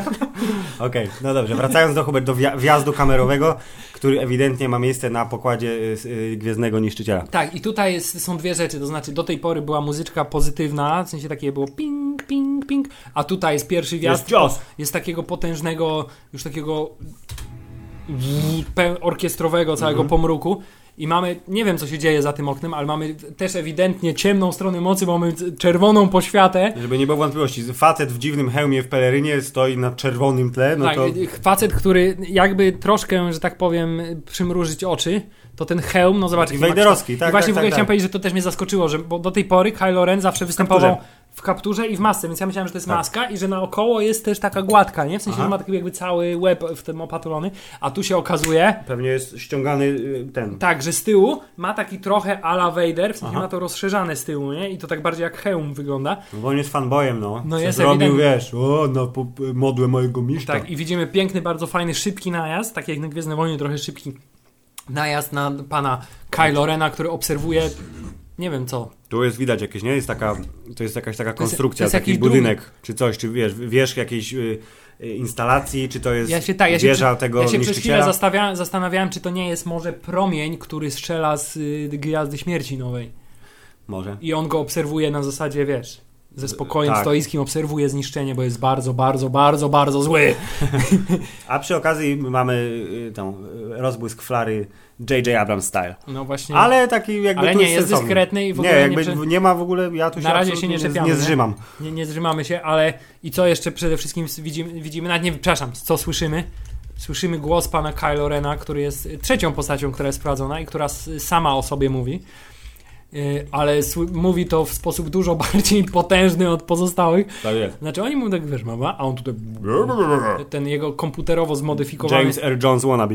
Okej, no dobrze, wracając do Hubert, do wja- wjazdu kamerowego, który ewidentnie ma miejsce na pokładzie y, y, Gwiezdnego Niszczyciela. Tak, i tutaj jest, są dwie rzeczy, to znaczy do tej pory była muzyczka pozytywna, w sensie takie było ping, ping, ping, a tutaj jest pierwszy wjazd, Jest cios. jest takiego potężnego, już takiego pe- orkiestrowego całego Mhm. pomruku i mamy, nie wiem co się dzieje za tym oknem, ale mamy też ewidentnie ciemną stronę mocy, bo mamy czerwoną poświatę. Żeby nie było wątpliwości, facet w dziwnym hełmie w pelerynie stoi na czerwonym tle, no tak, to... facet, który jakby troszkę, że tak powiem, przymrużyć oczy, to ten hełm, no zobacz, I jaki ma wejderowski, kształt. tak, I właśnie tak, w ogóle tak, chciałem tak. powiedzieć, że to też mnie zaskoczyło, że bo do tej pory Kylo Ren zawsze występował w kapturze i w masce, więc ja myślałem, że to jest tak. maska i że naokoło jest też taka gładka, nie? W sensie, Aha. że ma taki jakby cały łeb w tym opatulony, a tu się okazuje... Pewnie jest ściągany ten... Tak, że z tyłu ma taki trochę a la Vader, w sensie Aha. ma to rozszerzane z tyłu, nie? I to tak bardziej jak hełm wygląda. No bo on jest fanboyem, no. No Co jest zrobił, ewidentnie. wiesz, o, na po, modłę mojego mistrza. Tak, i widzimy piękny, bardzo fajny, szybki najazd, tak jak na Gwiezdne Wojny, trochę szybki najazd na pana Kylo Rena, który obserwuje, nie wiem co. Tu jest widać jakieś, nie? Jest taka, to jest jakaś taka To jest- konstrukcja, to jest taki jakiś budynek, czy coś, czy wiesz, wierzch jakiejś y, y, instalacji, czy to jest Ja się, tak, ja się, wieża przy- tego ja się przez niszczyciela. chwilę zastawia- zastanawiałem, czy to nie jest może promień, który strzela z y, Gwiazdy Śmierci Nowej. Może. I on go obserwuje na zasadzie, wiesz, ze spokojem Tak. stoickim obserwuje zniszczenie, bo jest bardzo, bardzo, bardzo, bardzo zły. A przy okazji mamy y, tą y, rozbłysk flary J J Abrams style. No właśnie. Ale taki jakby Ale tu nie, jest jest sensowny. dyskretny i w nie, ogóle jakby nie prze- nie ma w ogóle, ja tu się Na razie absolutnie się nie nie, czepiamy, nie nie? zrzymam. Nie, nie zrzymamy się, ale i co jeszcze przede wszystkim widzimy, widzimy nawet nie, przepraszam, co słyszymy? Słyszymy głos pana Kylo Rena, który jest trzecią postacią, która jest wprowadzona i która s- sama o sobie mówi. Yy, ale sł- mówi to w sposób dużo bardziej potężny od pozostałych. Tak jest. Znaczy oni mu tak, wiesz, mama, a on tutaj ten jego komputerowo zmodyfikowany. James R. Jones wannabe.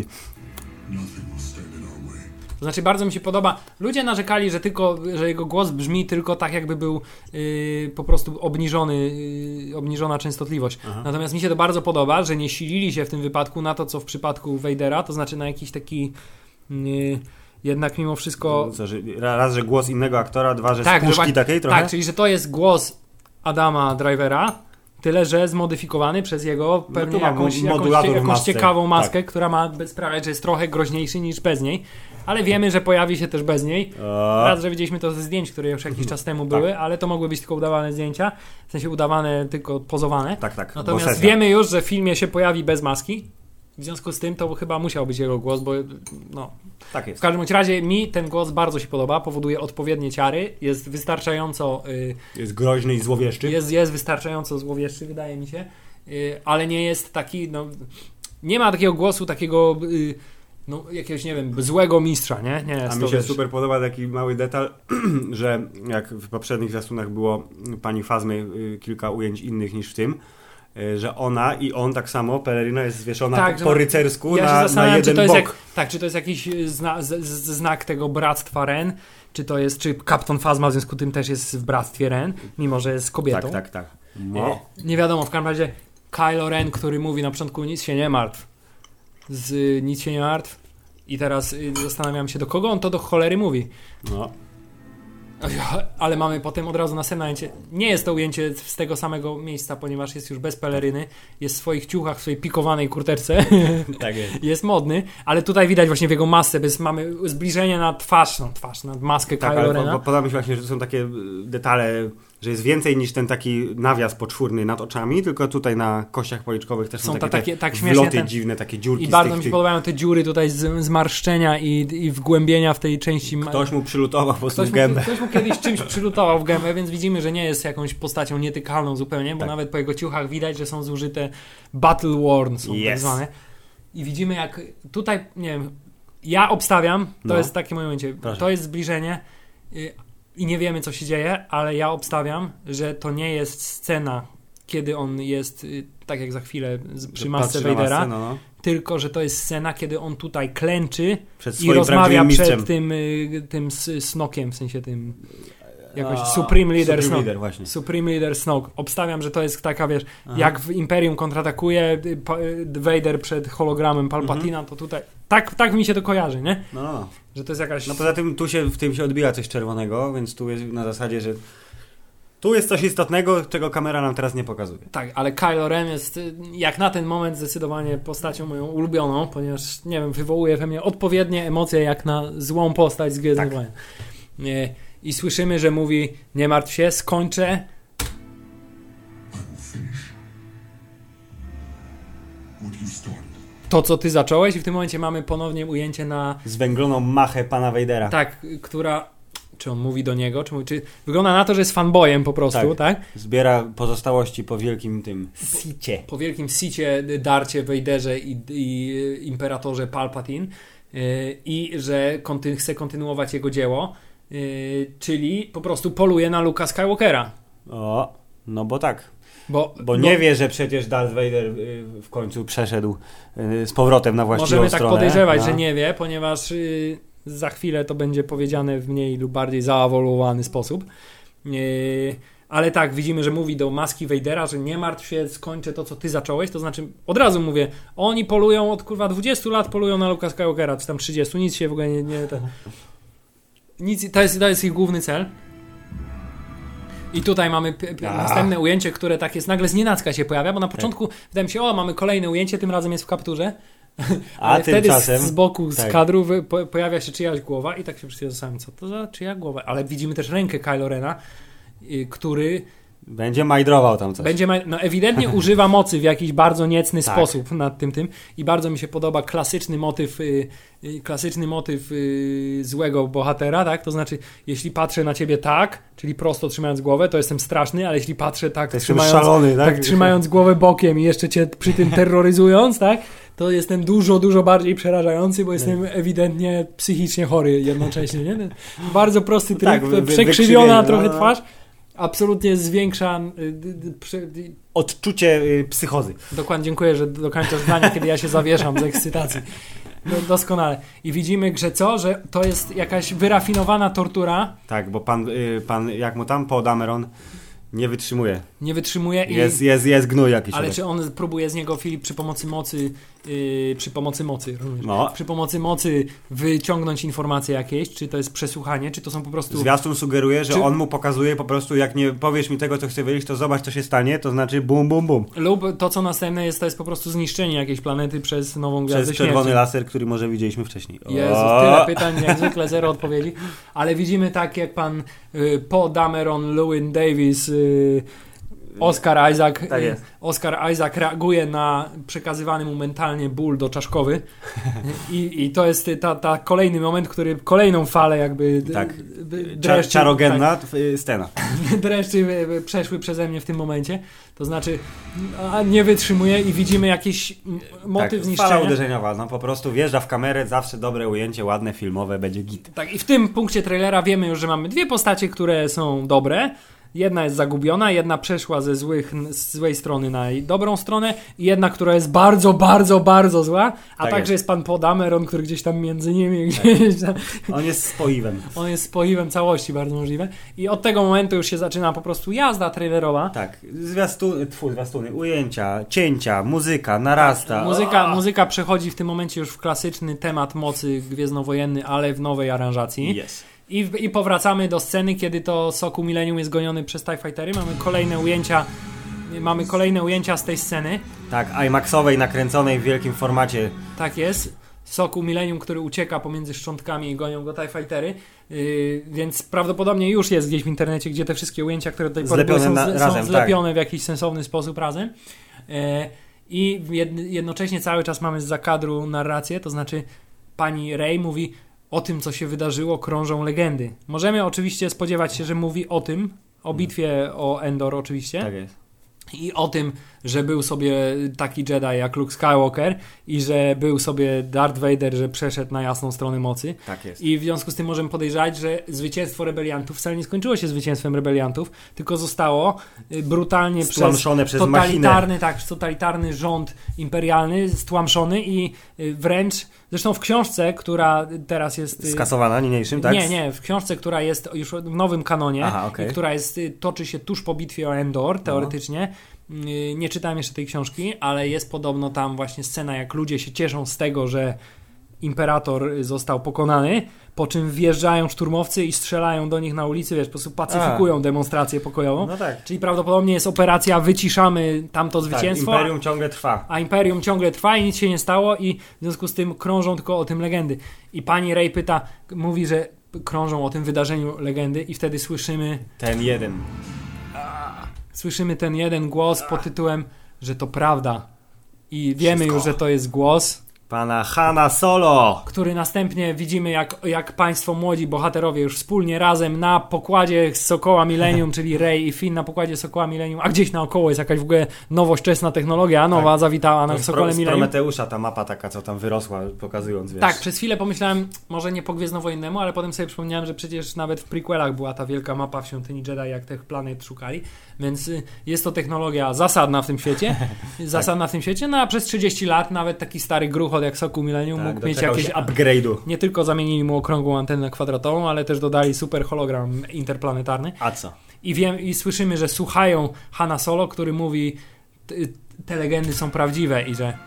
To znaczy bardzo mi się podoba. Ludzie narzekali, że tylko, że jego głos brzmi tylko tak, jakby był yy, po prostu obniżony, yy, obniżona częstotliwość. Aha. Natomiast mi się to bardzo podoba, że nie silili się w tym wypadku na to, co w przypadku Vadera, to znaczy na jakiś taki yy, jednak mimo wszystko... Co, że raz, że głos innego aktora, dwa, że Tak, z puszki że- takiej trochę. Tak, czyli że to jest głos Adama Drivera, tyle że zmodyfikowany przez jego No pewnie tu ma jakąś, jakąś, modulator w jakąś masce. ciekawą maskę, Tak. która ma sprawiać, że jest trochę groźniejszy niż bez niej. Ale wiemy, że pojawi się też bez niej. O, Raz, że widzieliśmy to ze zdjęć, które już jakiś czas temu były, ale to mogły być tylko udawane zdjęcia, w sensie udawane, tylko pozowane. tak, tak. Natomiast bo sesja. wiemy już, że w filmie się pojawi bez maski. W związku z tym to chyba musiał być jego głos, bo no. Tak W jest. każdym bądź razie mi ten głos bardzo się podoba, powoduje odpowiednie ciary, jest wystarczająco y, Jest groźny i złowieszczy. jest, jest wystarczająco złowieszczy, wydaje mi się, y, ale nie jest taki, no, nie ma takiego głosu, takiego y, no, jakiegoś, nie wiem, złego mistrza, nie? Nie A jest mi to, się wiesz, super podoba taki mały detal, że jak w poprzednich zwiastunach było pani Fazmy y, kilka ujęć innych niż w tym, y, że ona i on tak samo, pelerina jest zwieszona Tak, po, że po ma- rycersku ja się na, na zastanawiam, jeden czy to jest bok. jak, tak, czy to jest jakiś zna, z, z, znak tego bractwa Ren, czy to jest, czy Kapton Phasma w związku z tym też jest w bractwie Ren, mimo że jest kobietą. Tak, tak, tak. Nie, No. nie wiadomo, w każdym razie Kylo Ren, który mówi na początku nic się nie martw, z y, nic się nie martw i teraz y, zastanawiam się, do kogo on to do cholery mówi. No. Oj, ale mamy potem od razu następne ujęcie. Nie jest to ujęcie z tego samego miejsca, ponieważ jest już bez peleryny, jest w swoich ciuchach, w swojej pikowanej kurterce. Tak jest. Jest modny, ale tutaj widać właśnie w jego masce, bez mamy zbliżenie na twarz, no twarz, na maskę Tak, Kylo ale Rena. po, po, podoba mi się właśnie, że są takie y, detale, że jest więcej niż ten taki nawias poczwórny nad oczami, tylko tutaj na kościach policzkowych też są, Są takie, ta- takie- te tak śmiesznie wloty ten- dziwne, takie dziurki I z bardzo tych, mi się tych... podobają te dziury tutaj z, zmarszczenia i, i wgłębienia w tej części. ma- Ktoś mu przylutował po prostu Ktoś w mu, gębę. ktoś mu kiedyś czymś przylutował w gębę, więc widzimy, że nie jest jakąś postacią nietykalną zupełnie, bo Tak. nawet po jego ciuchach widać, że są zużyte battle worn, są tak Yes. zwane. I widzimy jak tutaj, nie wiem, ja obstawiam, to No. jest takie moje momencie, Proszę. to jest zbliżenie y, i nie wiemy co się dzieje, ale ja obstawiam, że to nie jest scena, kiedy on jest, y, tak jak za chwilę z, przy masce Patrzy na Vadera, masce, no, no. tylko że to jest scena, kiedy on tutaj klęczy Przed i swoim rozmawia prawdziwym przed mistrzem. tym, y, tym s- Snokiem, w sensie tym jakoś A, Supreme Leader Supreme Snoke. Leader, właśnie. Supreme Leader Snoke. Obstawiam, że to jest taka, wiesz, Aha. jak w Imperium kontratakuje y, pa- y, Vader przed hologramem Palpatina, Mhm. to tutaj tak, tak mi się to kojarzy, nie? No, no, no. Że to jest jakaś... No poza tym tu się w tym się odbija coś czerwonego, więc tu jest na zasadzie, że tu jest coś istotnego, czego kamera nam teraz nie pokazuje. Tak, ale Kylo Ren jest y, jak na ten moment zdecydowanie postacią moją ulubioną, ponieważ, nie wiem, wywołuje we mnie odpowiednie emocje jak na złą postać z Gwiezdnych Tak. Wojen. Nie. I słyszymy, że mówi, nie martw się, skończę. What you started. To, co ty zacząłeś i w tym momencie mamy ponownie ujęcie na Zwęgloną machę pana Vadera. tak, która czy on mówi do niego, czy, mówi, czy wygląda na to, że jest fanboyem po prostu, tak? Zbiera pozostałości po wielkim tym sicie. Po wielkim sicie, darcie, Vaderze i, i imperatorze Palpatine yy, i że konty, chce kontynuować jego dzieło, yy, czyli po prostu poluje na Luka Skywalkera. O, no bo tak. Bo, Bo nie wie, że przecież Darth Vader y, w końcu przeszedł y, z powrotem na właściwą możemy stronę. tak podejrzewać, no. że nie wie, ponieważ y, za chwilę to będzie powiedziane w mniej lub bardziej zaawoluowany sposób. Y, ale tak, widzimy, że mówi do maski Vadera, że nie martw się, skończę to, co ty zacząłeś. To znaczy, od razu mówię, oni polują od kurwa dwudziestu lat, polują na Luka Skywalkera, czy tam trzydziestu, nic się w ogóle nie... nie to, nic, to, jest, to jest ich główny cel. I tutaj mamy p- p- następne ujęcie, które tak jest nagle znienacka się pojawia, bo na początku tak. wydaje mi się, o, mamy kolejne ujęcie, tym razem jest w kapturze. Ale A wtedy tymczasem z, z boku, z tak. kadru wy, po, pojawia się czyjaś głowa i tak się wszyscy zastanawiam, co to za czyja głowa. Ale widzimy też rękę Kylo Rena, y, który będzie majdrował tam coś. będzie ma, no ewidentnie używa mocy w jakiś bardzo niecny tak. sposób nad tym tym i bardzo mi się podoba klasyczny motyw y, y, klasyczny motyw y, złego bohatera, tak? To znaczy, jeśli patrzę na ciebie tak, czyli prosto trzymając głowę, to jestem straszny, ale jeśli patrzę tak, to trzymając, szalony, tak? tak trzymając głowę bokiem i jeszcze cię przy tym terroryzując, tak? To jestem dużo, dużo bardziej przerażający, bo jestem ewidentnie psychicznie chory jednocześnie, nie? Bardzo prosty trik, tak, wy, przekrzywiona wy, trochę no, no. twarz, absolutnie zwiększa y, y, przy, y, odczucie y, psychozy. dokładnie, dziękuję, że dokończasz zdania, kiedy ja się zawieszam z ekscytacji. No, doskonale. I widzimy, że co? Że to jest jakaś wyrafinowana tortura. Tak, bo pan, y, pan jak mu tam Poe Dameron nie wytrzymuje. Nie wytrzymuje i... Jest, jest, jest gnój jakiś. Ale obok. czy on próbuje z niego, Filip, przy pomocy mocy yy, przy pomocy mocy, rozumiesz? No. Przy pomocy mocy wyciągnąć informacje jakieś, czy to jest przesłuchanie, czy to są po prostu... Zwiastun sugeruje, że Czy- on mu pokazuje po prostu, jak nie powiesz mi tego, co chcę wiedzieć, to zobacz, co się stanie, to znaczy bum, bum, bum. Lub to, co następne jest, to jest po prostu zniszczenie jakiejś planety przez nową gwiazdę Przez śmierci. czerwony laser, który może widzieliśmy wcześniej. O! Jezus, tyle pytań, jak zwykle zero odpowiedzi. Ale widzimy tak, jak pan y, Poe Dameron, Llewyn Davis, y, Oscar Isaac, Tak y, jest. Oscar Isaac reaguje na przekazywany mu mentalnie ból doczaszkowy. I, i to jest ta, ta kolejny moment, który kolejną falę jakby d- Tak. d- Cza- dreszczy, czarogenna y, scena. tak, dreszczy y, y, przeszły przeze mnie w tym momencie. To znaczy a nie wytrzymuje i widzimy jakiś m, motyw tak, zniszczenia. fala uderzeniowa, no po prostu wjeżdża w kamerę, zawsze dobre ujęcie, ładne, filmowe, będzie git. Tak, i w tym punkcie trailera wiemy już, że mamy dwie postacie, które są dobre. Jedna jest zagubiona, jedna przeszła ze złych, z złej strony na dobrą stronę i jedna, która jest bardzo, bardzo, bardzo zła, a Tak także jest. jest pan Poe Dameron, który gdzieś tam między nimi, gdzieś tam, On jest spoiwem. on jest spoiwem całości, bardzo możliwe. I od tego momentu już się zaczyna po prostu jazda trailerowa. Tak, zwiastuny, tfu, zwiastuny, ujęcia, cięcia, muzyka, narasta. Muzyka, O! muzyka przechodzi w tym momencie już w klasyczny temat mocy gwiezdnowojenny, ale w nowej aranżacji. Yes. I, I powracamy do sceny, kiedy to Soku Millennium jest goniony przez TIE Fightery. Mamy kolejne ujęcia mamy kolejne ujęcia z tej sceny. Tak, IMAXowej, nakręconej w wielkim formacie. Tak jest. Soku Millennium, który ucieka pomiędzy szczątkami i gonią go TIE Fightery. Yy, więc prawdopodobnie już jest gdzieś w internecie, gdzie te wszystkie ujęcia, które do tej pory były, są, Zlepione na- są razem, zlepione tak. w jakiś sensowny sposób razem. Yy, I jed, jednocześnie cały czas mamy zza kadru narrację, to znaczy pani Rey mówi: o tym, co się wydarzyło, krążą legendy. Możemy oczywiście spodziewać się, że mówi o tym, o bitwie o Endor oczywiście. Tak jest. I o tym, że był sobie taki Jedi jak Luke Skywalker i że był sobie Darth Vader, że przeszedł na jasną stronę mocy. Tak jest. I w związku z tym możemy podejrzewać, że zwycięstwo rebeliantów wcale nie skończyło się zwycięstwem rebeliantów, tylko zostało y, brutalnie Stłamszone przez przez totalitarny, tak, totalitarny rząd imperialny stłamszony i y, wręcz, zresztą w książce, która teraz jest... y, Skasowana niniejszym, tak? Nie, nie, w książce, która jest już w nowym kanonie, Aha, okej. i która jest, y, toczy się tuż po bitwie o Endor, teoretycznie. Y, Nie czytałem jeszcze tej książki, ale jest podobno tam właśnie scena, jak ludzie się cieszą z tego, że imperator został pokonany, po czym wjeżdżają szturmowcy i strzelają do nich na ulicy, wiesz, po prostu pacyfikują A. demonstrację pokojową. No tak. Czyli prawdopodobnie jest operacja wyciszamy tamto Tak, zwycięstwo, imperium ciągle trwa. a Imperium ciągle trwa i nic się nie stało i w związku z tym krążą tylko o tym legendy. I pani Rey pyta, mówi, że krążą o tym wydarzeniu legendy i wtedy słyszymy Ten jeden. słyszymy ten jeden głos pod tytułem, że to prawda. I wiemy Wszystko. już, że to jest głos Pana Hana Solo, który następnie widzimy, jak, jak państwo młodzi bohaterowie już wspólnie razem na pokładzie Sokoła Millennium, czyli Rey i Finn na pokładzie Sokoła Millennium, a gdzieś naokoło jest jakaś w ogóle nowoczesna technologia, nowa tak. zawitała na Sokole Millennium. Z Prometeusza ta mapa taka, co tam wyrosła, pokazując, wiesz. Tak, przez chwilę pomyślałem, może nie po Gwiezdnowojennemu, ale potem sobie przypomniałem, że przecież nawet w prequelach była ta wielka mapa w Świątyni Jedi, jak tych planet szukali, więc jest to technologia zasadna w tym świecie, zasadna tak. w tym świecie, no a przez trzydzieści lat nawet taki stary gruchot jak Sokół Millennium tak, mógł mieć jakieś upgrade'u. Nie tylko zamienili mu okrągłą antenę kwadratową, ale też dodali super hologram interplanetarny. A co? I wiem, i słyszymy, że słuchają Hana Solo, który mówi te legendy są prawdziwe i że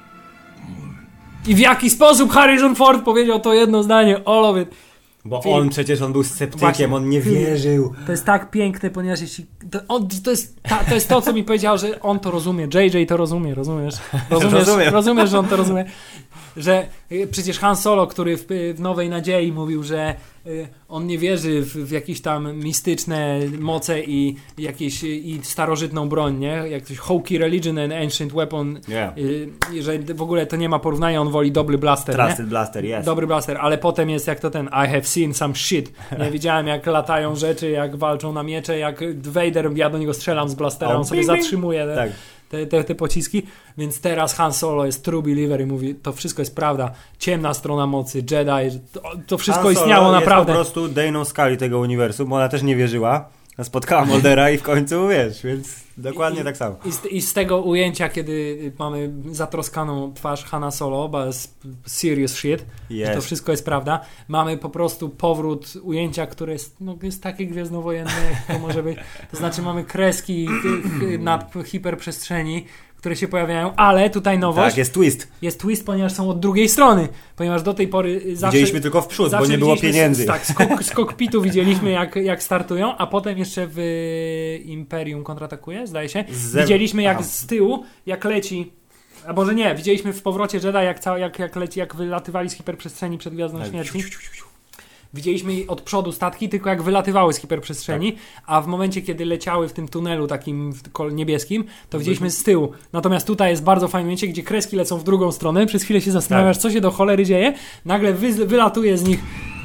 i w jaki sposób Harrison Ford powiedział to jedno zdanie, all of it. Bo Film. on przecież on był sceptykiem, Właśnie, on nie wierzył. To jest tak piękne, ponieważ jeśli to, on, to, jest, ta, to jest to, co mi powiedział, że on to rozumie, J J to rozumie, rozumiesz? Rozumiesz, rozumiesz, że on to rozumie. Że przecież Han Solo, który w, w Nowej Nadziei mówił, że y, on nie wierzy w, w jakieś tam mistyczne moce i jakieś i starożytną broń, nie? Jak coś hokey religion and ancient weapon, yeah. y, że w ogóle to nie ma porównania, on woli dobry blaster, Trusted nie? blaster, yes. Dobry blaster, ale potem jest jak to ten I have seen some shit. Nie widziałem, jak latają rzeczy, jak walczą na miecze, jak Vader, ja do niego strzelam z blastera, on sobie zatrzymuje. Tak. Te, te, te pociski, więc teraz Han Solo jest true believer i mówi, to wszystko jest prawda, ciemna strona mocy, Jedi, to, to wszystko Han istniało Solo naprawdę. jest po prostu Dejną Scully tego uniwersum, bo ona też nie wierzyła, spotkała Moldera i w końcu wiesz, więc dokładnie I, tak samo. I z, I z tego ujęcia, kiedy mamy zatroskaną twarz Hana Solo, bo serious shit, yes. że to wszystko jest prawda, mamy po prostu powrót ujęcia, które jest, no, jest takie gwiezdnowojenne, jak to może być. To znaczy mamy kreski nad hiperprzestrzeni, które się pojawiają, ale tutaj nowość. Tak, jest twist. Jest twist, ponieważ są od drugiej strony, ponieważ do tej pory zawsze... Widzieliśmy tylko w przód, bo nie było pieniędzy. Z, tak, z, kok, z kokpitu widzieliśmy, jak, jak startują, a potem jeszcze w Imperium kontratakuje, zdaje się. Z... Widzieliśmy jak Aha. z tyłu, jak leci... A może nie, widzieliśmy w powrocie Jedi, jak, ca, jak, jak leci, jak wylatywali z hiperprzestrzeni przed Gwiazdą tak. Śmierci. Widzieliśmy od przodu statki, tylko jak wylatywały z hiperprzestrzeni, tak. a w momencie, kiedy leciały w tym tunelu takim niebieskim, to widzieliśmy z tyłu. Natomiast tutaj jest bardzo fajne momencie, gdzie kreski lecą w drugą stronę, przez chwilę się zastanawiasz, tak. co się do cholery dzieje, nagle wy, wylatuje z nich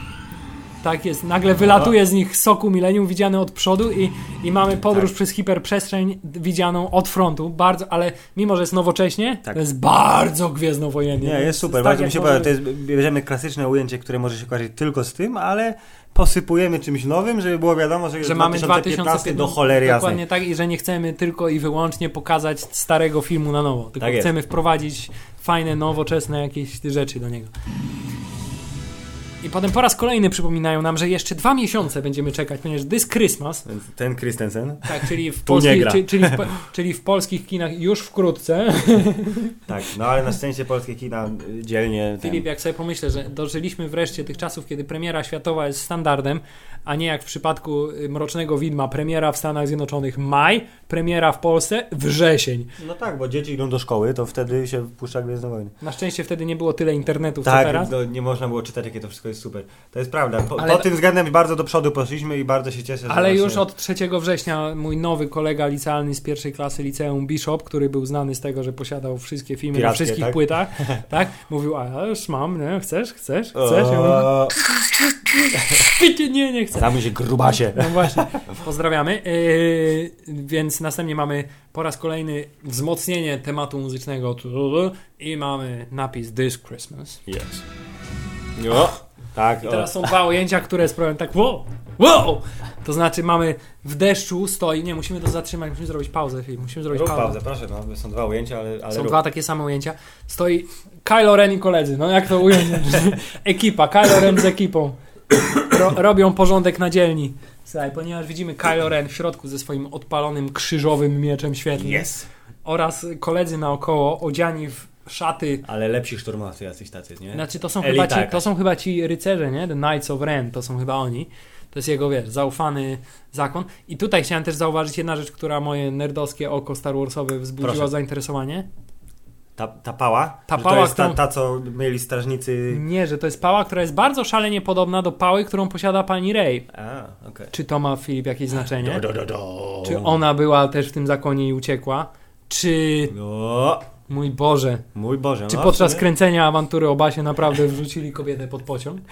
tak jest, nagle wylatuje z nich Sokół Millennium widziany od przodu i, i mamy podróż tak. przez hiperprzestrzeń widzianą od frontu, bardzo, ale mimo, że jest nowocześnie, tak. to jest bardzo gwiezdnowojennie. Nie, jest super, bardzo mi się podoba. To jest, bierzemy klasyczne ujęcie, które może się kojarzyć tylko z tym, ale posypujemy czymś nowym, żeby było wiadomo, że, że mamy dwa tysiące piętnaście do cholery jasnej. Dokładnie tak i że nie chcemy tylko i wyłącznie pokazać starego filmu na nowo, tylko tak chcemy jest. wprowadzić fajne, nowoczesne jakieś rzeczy do niego. I potem po raz kolejny przypominają nam, że jeszcze dwa miesiące będziemy czekać, ponieważ this Christmas... Ten Christensen? Tak, czyli w, polskich, czy, czyli, w, czyli w polskich kinach już wkrótce. Tak, no ale na szczęście polskie kina dzielnie... Filip, jak sobie pomyślę, że dożyliśmy wreszcie tych czasów, kiedy premiera światowa jest standardem, a nie jak w przypadku Mrocznego Widma, premiera w Stanach Zjednoczonych maj, premiera w Polsce wrzesień. No tak, bo dzieci idą do szkoły, to wtedy się wpuszcza Gwiezdne Wojny. Na szczęście wtedy nie było tyle internetów, tak, co teraz. Tak, no, nie można było czytać, jakie to wszystko jest super. To jest prawda. Po, ale... po tym względem bardzo do przodu poszliśmy i bardzo się cieszę, że Ale właśnie... już od trzeciego września mój nowy kolega licealny z pierwszej klasy liceum Bishop, który był znany z tego, że posiadał wszystkie filmy Pirackie, na wszystkich tak? płytach, tak? Mówił, a już mam, nie? Chcesz? Chcesz? Chcesz? O... Ja nie, nie chcę. Znamy się grubasie. No właśnie, pozdrawiamy. Yy, więc następnie mamy po raz kolejny wzmocnienie tematu muzycznego i mamy napis This Christmas. Yes. Jo. Tak, i teraz są dwa ujęcia, które sprawiają tak wow, wow! To znaczy mamy w deszczu stoi, nie, musimy to zatrzymać, musimy zrobić pauzę, Filip, musimy zrobić rób pauzę. pauzę, proszę, no, są dwa ujęcia, ale, ale Są rób. dwa takie same ujęcia. Stoi Kylo Ren i koledzy, no jak to ująć? Ekipa, Kylo Ren z ekipą. Ro, robią porządek na dzielni. Słuchaj, ponieważ widzimy Kylo Ren w środku ze swoim odpalonym krzyżowym mieczem świetlnym. Yes. Oraz koledzy naokoło odziani w szaty. Ale lepsi szturmowcy jacyś tacy, nie? Znaczy to są, chyba ci, to są chyba ci rycerze, nie? The Knights of Ren, to są chyba oni. To jest jego, wiesz, zaufany zakon. I tutaj chciałem też zauważyć jedna rzecz, która moje nerdowskie oko Star Warsowe wzbudziło Proszę. zainteresowanie. Ta, ta pała? Ta że pała, to jest którą... ta, ta, co mieli strażnicy... Nie, że to jest pała, która jest bardzo szalenie podobna do pały, którą posiada pani Rey. A, okay. Czy to ma, Filip, jakieś znaczenie? Do, do, do, do. Czy ona była też w tym zakonie i uciekła? Czy... No. Mój Boże. Mój Boże. Czy no, podczas nie? kręcenia awantury o Basie naprawdę wrzucili kobietę pod pociąg?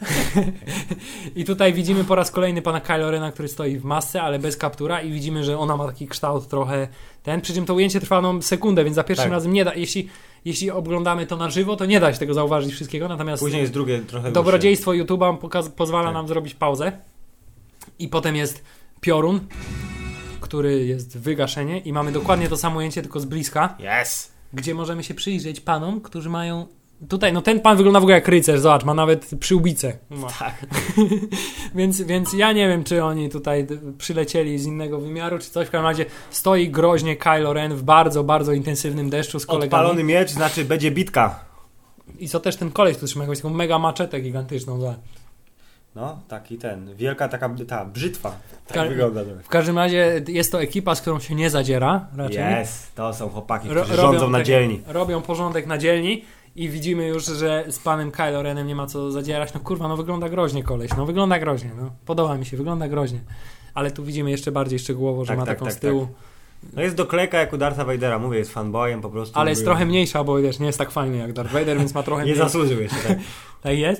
I tutaj widzimy po raz kolejny pana Kylo Rena, który stoi w masce, ale bez kaptura i widzimy, że ona ma taki kształt trochę ten, przy czym to ujęcie trwa no sekundę, więc za pierwszym tak. razem nie da, jeśli, jeśli oglądamy to na żywo, to nie da się tego zauważyć wszystkiego, natomiast Później jest drugie trochę dobrodziejstwo YouTube'a pokaz- pozwala tak. nam zrobić pauzę i potem jest piorun, który jest wygaszenie i mamy dokładnie to samo ujęcie, tylko z bliska. Yes! Gdzie możemy się przyjrzeć panom, którzy mają... Tutaj, no ten pan wygląda w ogóle jak rycerz, zobacz, ma nawet przyłbicę. Tak. więc, więc ja nie wiem, czy oni tutaj przylecieli z innego wymiaru, czy coś. W każdym razie stoi groźnie Kylo Ren w bardzo, bardzo intensywnym deszczu z kolegami. Odpalony miecz, znaczy będzie bitka. I co też ten koleś tu trzyma, jakąś taką mega maczetę gigantyczną. Zobacz. No, taki ten, wielka taka ta brzytwa. Tak Ka- wygląda. W każdym razie jest to ekipa, z którą się nie zadziera raczej. Yes, to są chłopaki, Ro- którzy rządzą na tak- dzielni. Robią porządek na dzielni i widzimy już, że z panem Kylo Renem nie ma co zadzierać. No kurwa, no wygląda groźnie koleś, no wygląda groźnie, no. Podoba mi się, wygląda groźnie. Ale tu widzimy jeszcze bardziej szczegółowo, że Tak, ma tak, taką tak, z tyłu. No jest doklejka jak u Dartha Vadera, mówię, jest fanboyem po prostu. Ale jest mówię, trochę mniejsza, bo wiesz, nie jest tak fajny jak Darth Vader, więc ma trochę Nie mniej. zasłużył jeszcze, tak. Tak jest.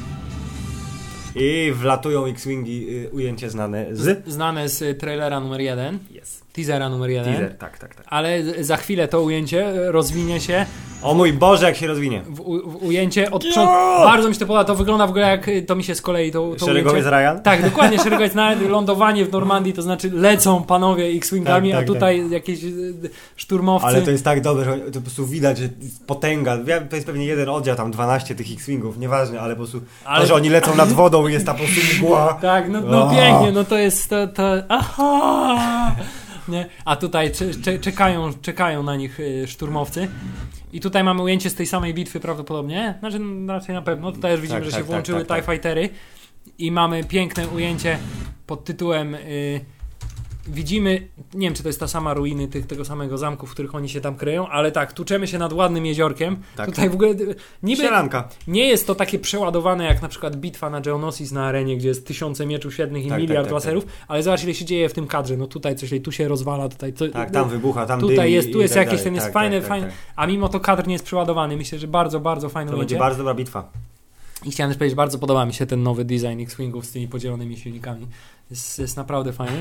I wlatują X-Wingi, y, ujęcie znane z... Znane z trailera numer jeden, Yes. teasera numer jeden. Teaser, tak, tak, tak. Ale za chwilę to ujęcie rozwinie się O mój Boże, jak się rozwinie. w, u, w ujęcie od przodu. Bardzo mi się to podoba, to wygląda w ogóle jak, to mi się z kolei to, to Szeregowiec ujęcie... Ryan? Tak, dokładnie, szeregowiec Ryan, lądowanie w Normandii, to znaczy lecą panowie X-Wingami, Tak, tak, a tutaj jakieś y, szturmowcy. Ale to jest tak dobre, że to po prostu widać, że potęga. To jest pewnie jeden oddział, tam dwanaście tych X-Wingów, nieważne, ale po prostu Ale- to, że oni lecą nad wodą i jest ta po prostu mgła. Tak, no, no O. pięknie, no to jest to, to aha! Nie? A tutaj cze, cze, czekają, czekają na nich y, szturmowcy. I tutaj mamy ujęcie z tej samej bitwy prawdopodobnie. Znaczy no, raczej na pewno. Tutaj już widzimy, Tak, że tak, się włączyły tak, tak, TIE Fightery. I mamy piękne ujęcie pod tytułem y, widzimy, nie wiem czy to jest ta sama ruiny tych, tego samego zamku, w których oni się tam kryją, ale tak, tuczemy się nad ładnym jeziorkiem. Tak. Tutaj w ogóle y, niby Sielanka. nie jest to takie przeładowane jak na przykład bitwa na Geonosis na arenie, gdzie jest tysiące mieczów świetnych i Tak, miliard tak, tak, laserów, ale zobacz ile się dzieje w tym kadrze. No tutaj coś, tu się rozwala, tutaj... To, Tak, tam wybucha, tam Tutaj dymi jest, tu i jest tak jakiś, dalej. ten jest Tak, fajny, tak, fajny, tak, a mimo to kadr nie jest przeładowany. Myślę, że bardzo, bardzo fajne To ujęcie. będzie bardzo dobra bitwa. I chciałem też powiedzieć, bardzo podoba mi się ten nowy design X-Wingów z tymi podzielonymi silnikami. Jest, jest naprawdę fajny.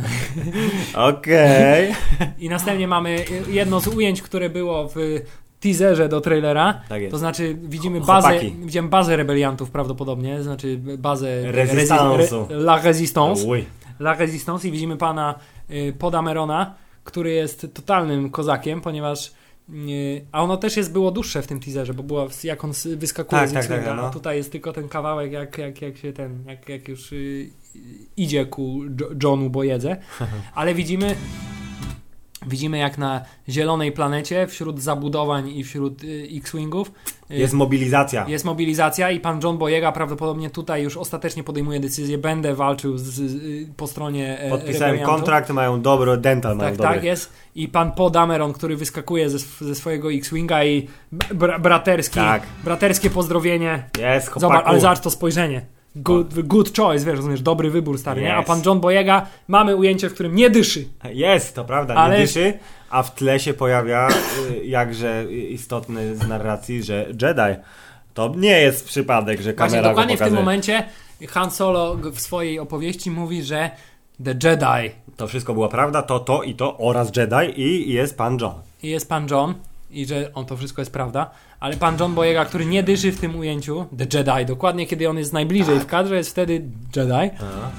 Okej. I następnie mamy jedno z ujęć, które było w teaserze do trailera. Tak jest. To znaczy widzimy Ch- bazę, chłopaki. widzimy bazę rebeliantów prawdopodobnie, znaczy bazę Rezystansu. Re, La Resistance. Uj. La Resistance i widzimy pana y, Podamerona, który jest totalnym kozakiem, ponieważ y, a ono też jest było dłuższe w tym teaserze, bo była jak on s- wyskakuje Tak, z tak, X-Winga, tak, no. a tutaj jest tylko ten kawałek jak, jak, jak się ten, jak, jak już y, idzie ku Jo- Johnu Bojedze, ale widzimy widzimy jak na zielonej planecie wśród zabudowań i wśród y, X-Wingów y, Jest mobilizacja. jest mobilizacja i pan John Boyega prawdopodobnie tutaj już ostatecznie podejmuje decyzję, będę walczył z, z, po stronie e, Podpisałem rebeliantów. kontrakt, mają dobro, dental mają Tak, dobry. tak jest. I pan Podameron, który wyskakuje ze, sw- ze swojego X-Winga i bra- braterski, Tak. braterskie pozdrowienie. Jest, chłopaku. Zobacz, ale zobacz to spojrzenie. Good, good choice, wiesz, rozumiesz, dobry wybór, stary, nie? A Yes. pan John Boyega, mamy ujęcie, w którym nie dyszy. Jest, to prawda, nie Ale- dyszy, a w tle się pojawia y, jakże istotny z narracji, że Jedi to nie jest przypadek, że kamera Właśnie go dokładnie w tym pokazuje. momencie Han Solo g- w swojej opowieści mówi, że The Jedi To wszystko była prawda, to, to i to oraz Jedi i jest pan John. i jest pan John i że on to wszystko jest prawda, ale pan John Boyega, który nie dyszy w tym ujęciu, The Jedi, dokładnie kiedy on jest najbliżej Tak. w kadrze, jest wtedy Jedi.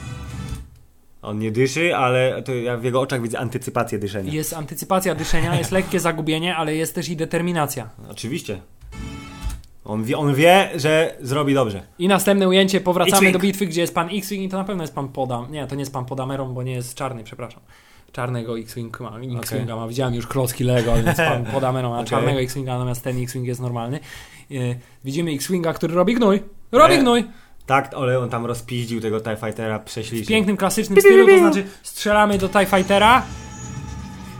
On nie dyszy, ale to ja w jego oczach widzę antycypację dyszenia. Jest antycypacja dyszenia, jest lekkie zagubienie, ale jest też i determinacja. Oczywiście. On wie, on wie, że zrobi dobrze. I następne ujęcie, powracamy X-Wing. do bitwy, gdzie jest pan X-Wing i to na pewno jest pan Podam. Nie, to nie jest pan Podameron, bo nie jest czarny, przepraszam. Czarnego X-Wing ma, X-Winga ma. Widziałem już klocki Lego, więc pan Podameron ma Okay. czarnego X-Winga, natomiast ten X-Wing jest normalny. Yy, widzimy X-Winga, który robi gnój. Robi Ale- gnój! Tak, ale on tam rozpiździł tego TIE Fightera prześlicznie. W pięknym, klasycznym stylu, to znaczy strzelamy do TIE Fightera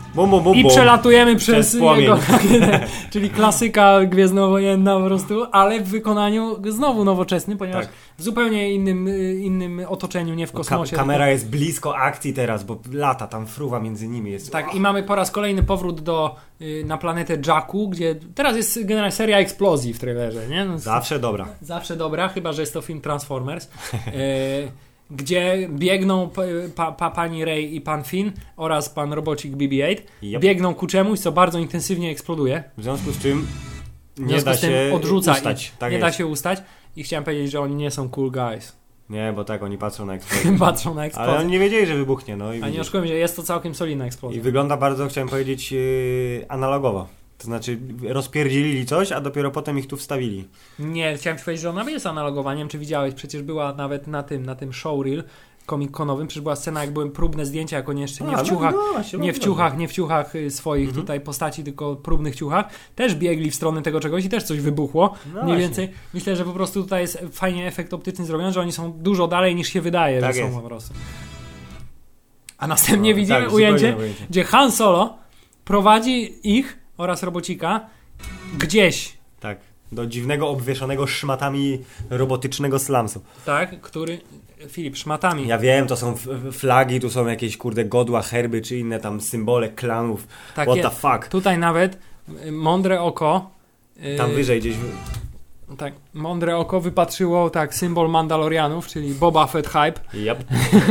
Bum, bum, bum, I bum. przelatujemy przez, Przez płomień. jego, czyli klasyka gwiezdnowojenna po prostu, ale w wykonaniu znowu nowoczesnym, ponieważ Tak. w zupełnie innym, innym otoczeniu, nie w kosmosie. Ka- kamera jest blisko akcji teraz, bo lata tam fruwa między nimi. Jest... Tak, i mamy po raz kolejny powrót do, y, na planetę Jakku, gdzie teraz jest generalnie seria eksplozji w trailerze, nie? No, Zawsze dobra. Zawsze dobra, chyba że jest to film Transformers. y, gdzie biegną pa, pa, pani Rey i pan Finn oraz pan robocik B B osiem, Yep. biegną ku czemuś, co bardzo intensywnie eksploduje. W związku z czym W nie związku da z tym się odrzuca ustać. ich. Tak nie jest. da się ustać i chciałem powiedzieć, że oni nie są cool guys. Nie, bo tak, oni patrzą na eksplozję. Patrzą na eksplozję. Ale oni nie wiedzieli, że wybuchnie. No, i, A nie widzisz. oszukujmy się, jest to całkiem solidna I eksplozja. wygląda bardzo, chciałem powiedzieć, yy, analogowo. To znaczy rozpierdzielili coś, a dopiero potem ich tu wstawili. Nie, chciałem ci powiedzieć, że ona jest analogowa. Nie wiem, czy widziałeś, przecież była nawet na tym, na tym showreel comic-conowym, przecież była scena, jak były próbne zdjęcia, jak oni jeszcze nie A, w ciuchach, no, no, właśnie, nie w no, ciuchach, nie w ciuchach y, swoich Mhm. tutaj postaci, tylko próbnych ciuchach, też biegli w stronę tego czegoś i też coś wybuchło. No Mniej właśnie. więcej. Myślę, że po prostu tutaj jest fajnie efekt optyczny zrobiony, że oni są dużo dalej niż się wydaje, Tak że jest. są po prostu. A następnie No, widzimy tak, ujęcie, zupełnie ujęcie. gdzie Han Solo prowadzi ich oraz robocika gdzieś, Tak. Do dziwnego, obwieszonego szmatami robotycznego slumsu. tak, który... Filip, szmatami. Ja wiem, to są f- f- flagi, tu są jakieś kurde godła, herby czy inne tam symbole klanów. Tak What jest. the fuck? Tutaj nawet y, mądre oko. y, Tam wyżej gdzieś. Tak, mądre oko wypatrzyło tak symbol Mandalorianów, czyli Boba Fett hype. Yep.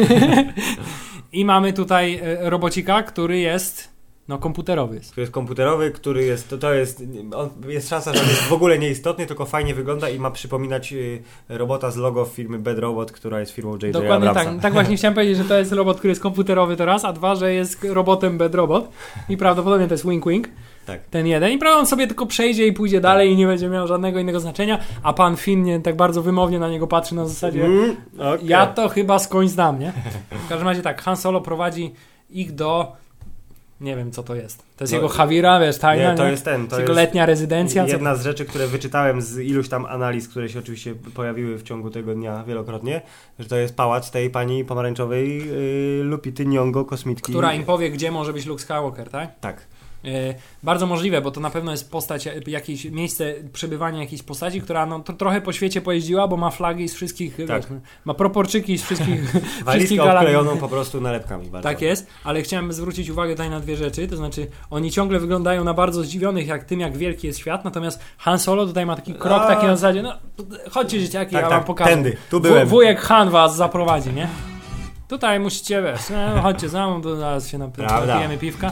I mamy tutaj y, robocika, który jest no komputerowy. Jest. To jest komputerowy, który jest, to, to jest, on, jest szansa, że on jest w ogóle nieistotny, tylko fajnie wygląda i ma przypominać y, robota z logo firmy Bad Robot, która jest firmą J J Dokładnie Abramsa. tak. Tak właśnie chciałem powiedzieć, że to jest robot, który jest komputerowy to raz, a dwa, że jest robotem Bad Robot. I prawdopodobnie to jest Wink Wink. Tak. Ten jeden. I prawda on sobie tylko przejdzie i pójdzie dalej i nie będzie miał żadnego innego znaczenia, a pan Finn nie, tak bardzo wymownie na niego patrzy na zasadzie Mm, okay. ja to chyba skądś znam, nie? W każdym razie tak, Han Solo prowadzi ich do... Nie wiem, co to jest. To jest No, jego Hawira, wiesz, tajna, Nie, to nie? jest ten. To jest jego jest letnia rezydencja. Co... jedna z rzeczy, które wyczytałem z iluś tam analiz, które się oczywiście pojawiły w ciągu tego dnia wielokrotnie, że to jest pałac tej pani pomarańczowej yy, Lupity Nyong'o, kosmitki. Która im powie, gdzie może być Luke Skywalker, tak? Tak. E, bardzo możliwe, bo to na pewno jest postać, jakieś miejsce przebywania jakiejś postaci, która no, to trochę po świecie pojeździła, bo ma flagi z wszystkich, Tak. wiesz, ma proporczyki z wszystkich, wszystkich Walizkę galaktyk. obklejoną po prostu nalepkami. Bardzo. Tak jest, ale chciałem zwrócić uwagę tutaj na dwie rzeczy, to znaczy oni ciągle wyglądają na bardzo zdziwionych, jak tym, jak wielki jest świat, natomiast Han Solo tutaj ma taki krok A. taki na zasadzie, no chodźcie dzieciaki, Tak, ja tak, wam pokażę. tędy, tu byłem. W, wujek Han was zaprowadzi, nie? Tutaj musicie, wiesz, no, chodźcie za mną, to zaraz się Prawda. napijemy piwka.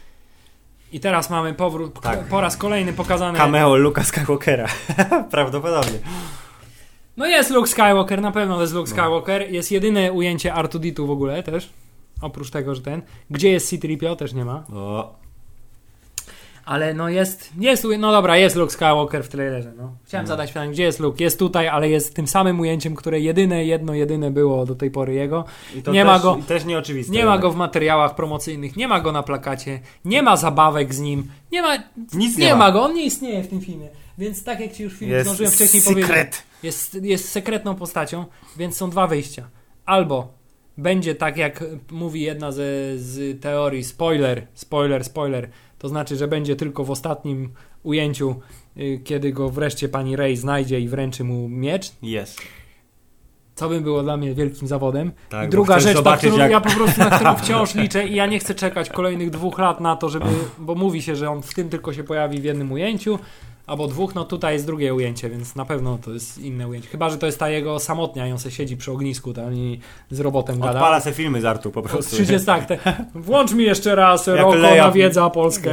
I teraz mamy powrót, Tak. po raz kolejny pokazany. Cameo Luka Skywalkera. Prawdopodobnie. No jest Luke Skywalker, na pewno to jest Luke No. Skywalker. Jest jedyne ujęcie R two D two w ogóle też. Oprócz tego, że ten. Gdzie jest C three P O też nie ma. O. Ale no jest, jest, no dobra, jest Luke Skywalker w trailerze. No. Chciałem No. zadać pytanie, gdzie jest Luke? Jest tutaj, ale jest tym samym ujęciem, które jedyne, jedno, jedyne było do tej pory jego. I to Nie też, ma go- i też nieoczywiste. Nie ma go w materiałach promocyjnych, nie ma go na plakacie, nie ma zabawek z nim, nie ma, Nic nie, nie ma. ma. go, on nie istnieje w tym filmie. Więc tak jak ci już film Jest zdążyłem wcześniej powiedzieć, secret. jest, jest sekretną postacią, więc są dwa wyjścia. Albo będzie tak, jak mówi jedna ze, z teorii, spoiler, spoiler, spoiler, to znaczy, że będzie tylko w ostatnim ujęciu, y, kiedy go wreszcie pani Rey znajdzie i wręczy mu miecz, Jest. co by było dla mnie wielkim zawodem. Tak, I bo druga chcesz rzecz, na zobaczyć, którą jak- ja po prostu na którą wciąż liczę i ja nie chcę czekać kolejnych dwóch lat na to, żeby, bo mówi się, że on w tym tylko się pojawi w jednym ujęciu, albo dwóch, no tutaj jest drugie ujęcie, więc na pewno to jest inne ujęcie. Chyba że to jest ta jego samotnia i on se siedzi przy ognisku tam i z robotem gada. Odpala se filmy z Artu po prostu. trzydzieści tak, te, włącz mi jeszcze raz, Jak Roko Leia- nawiedza Polskę.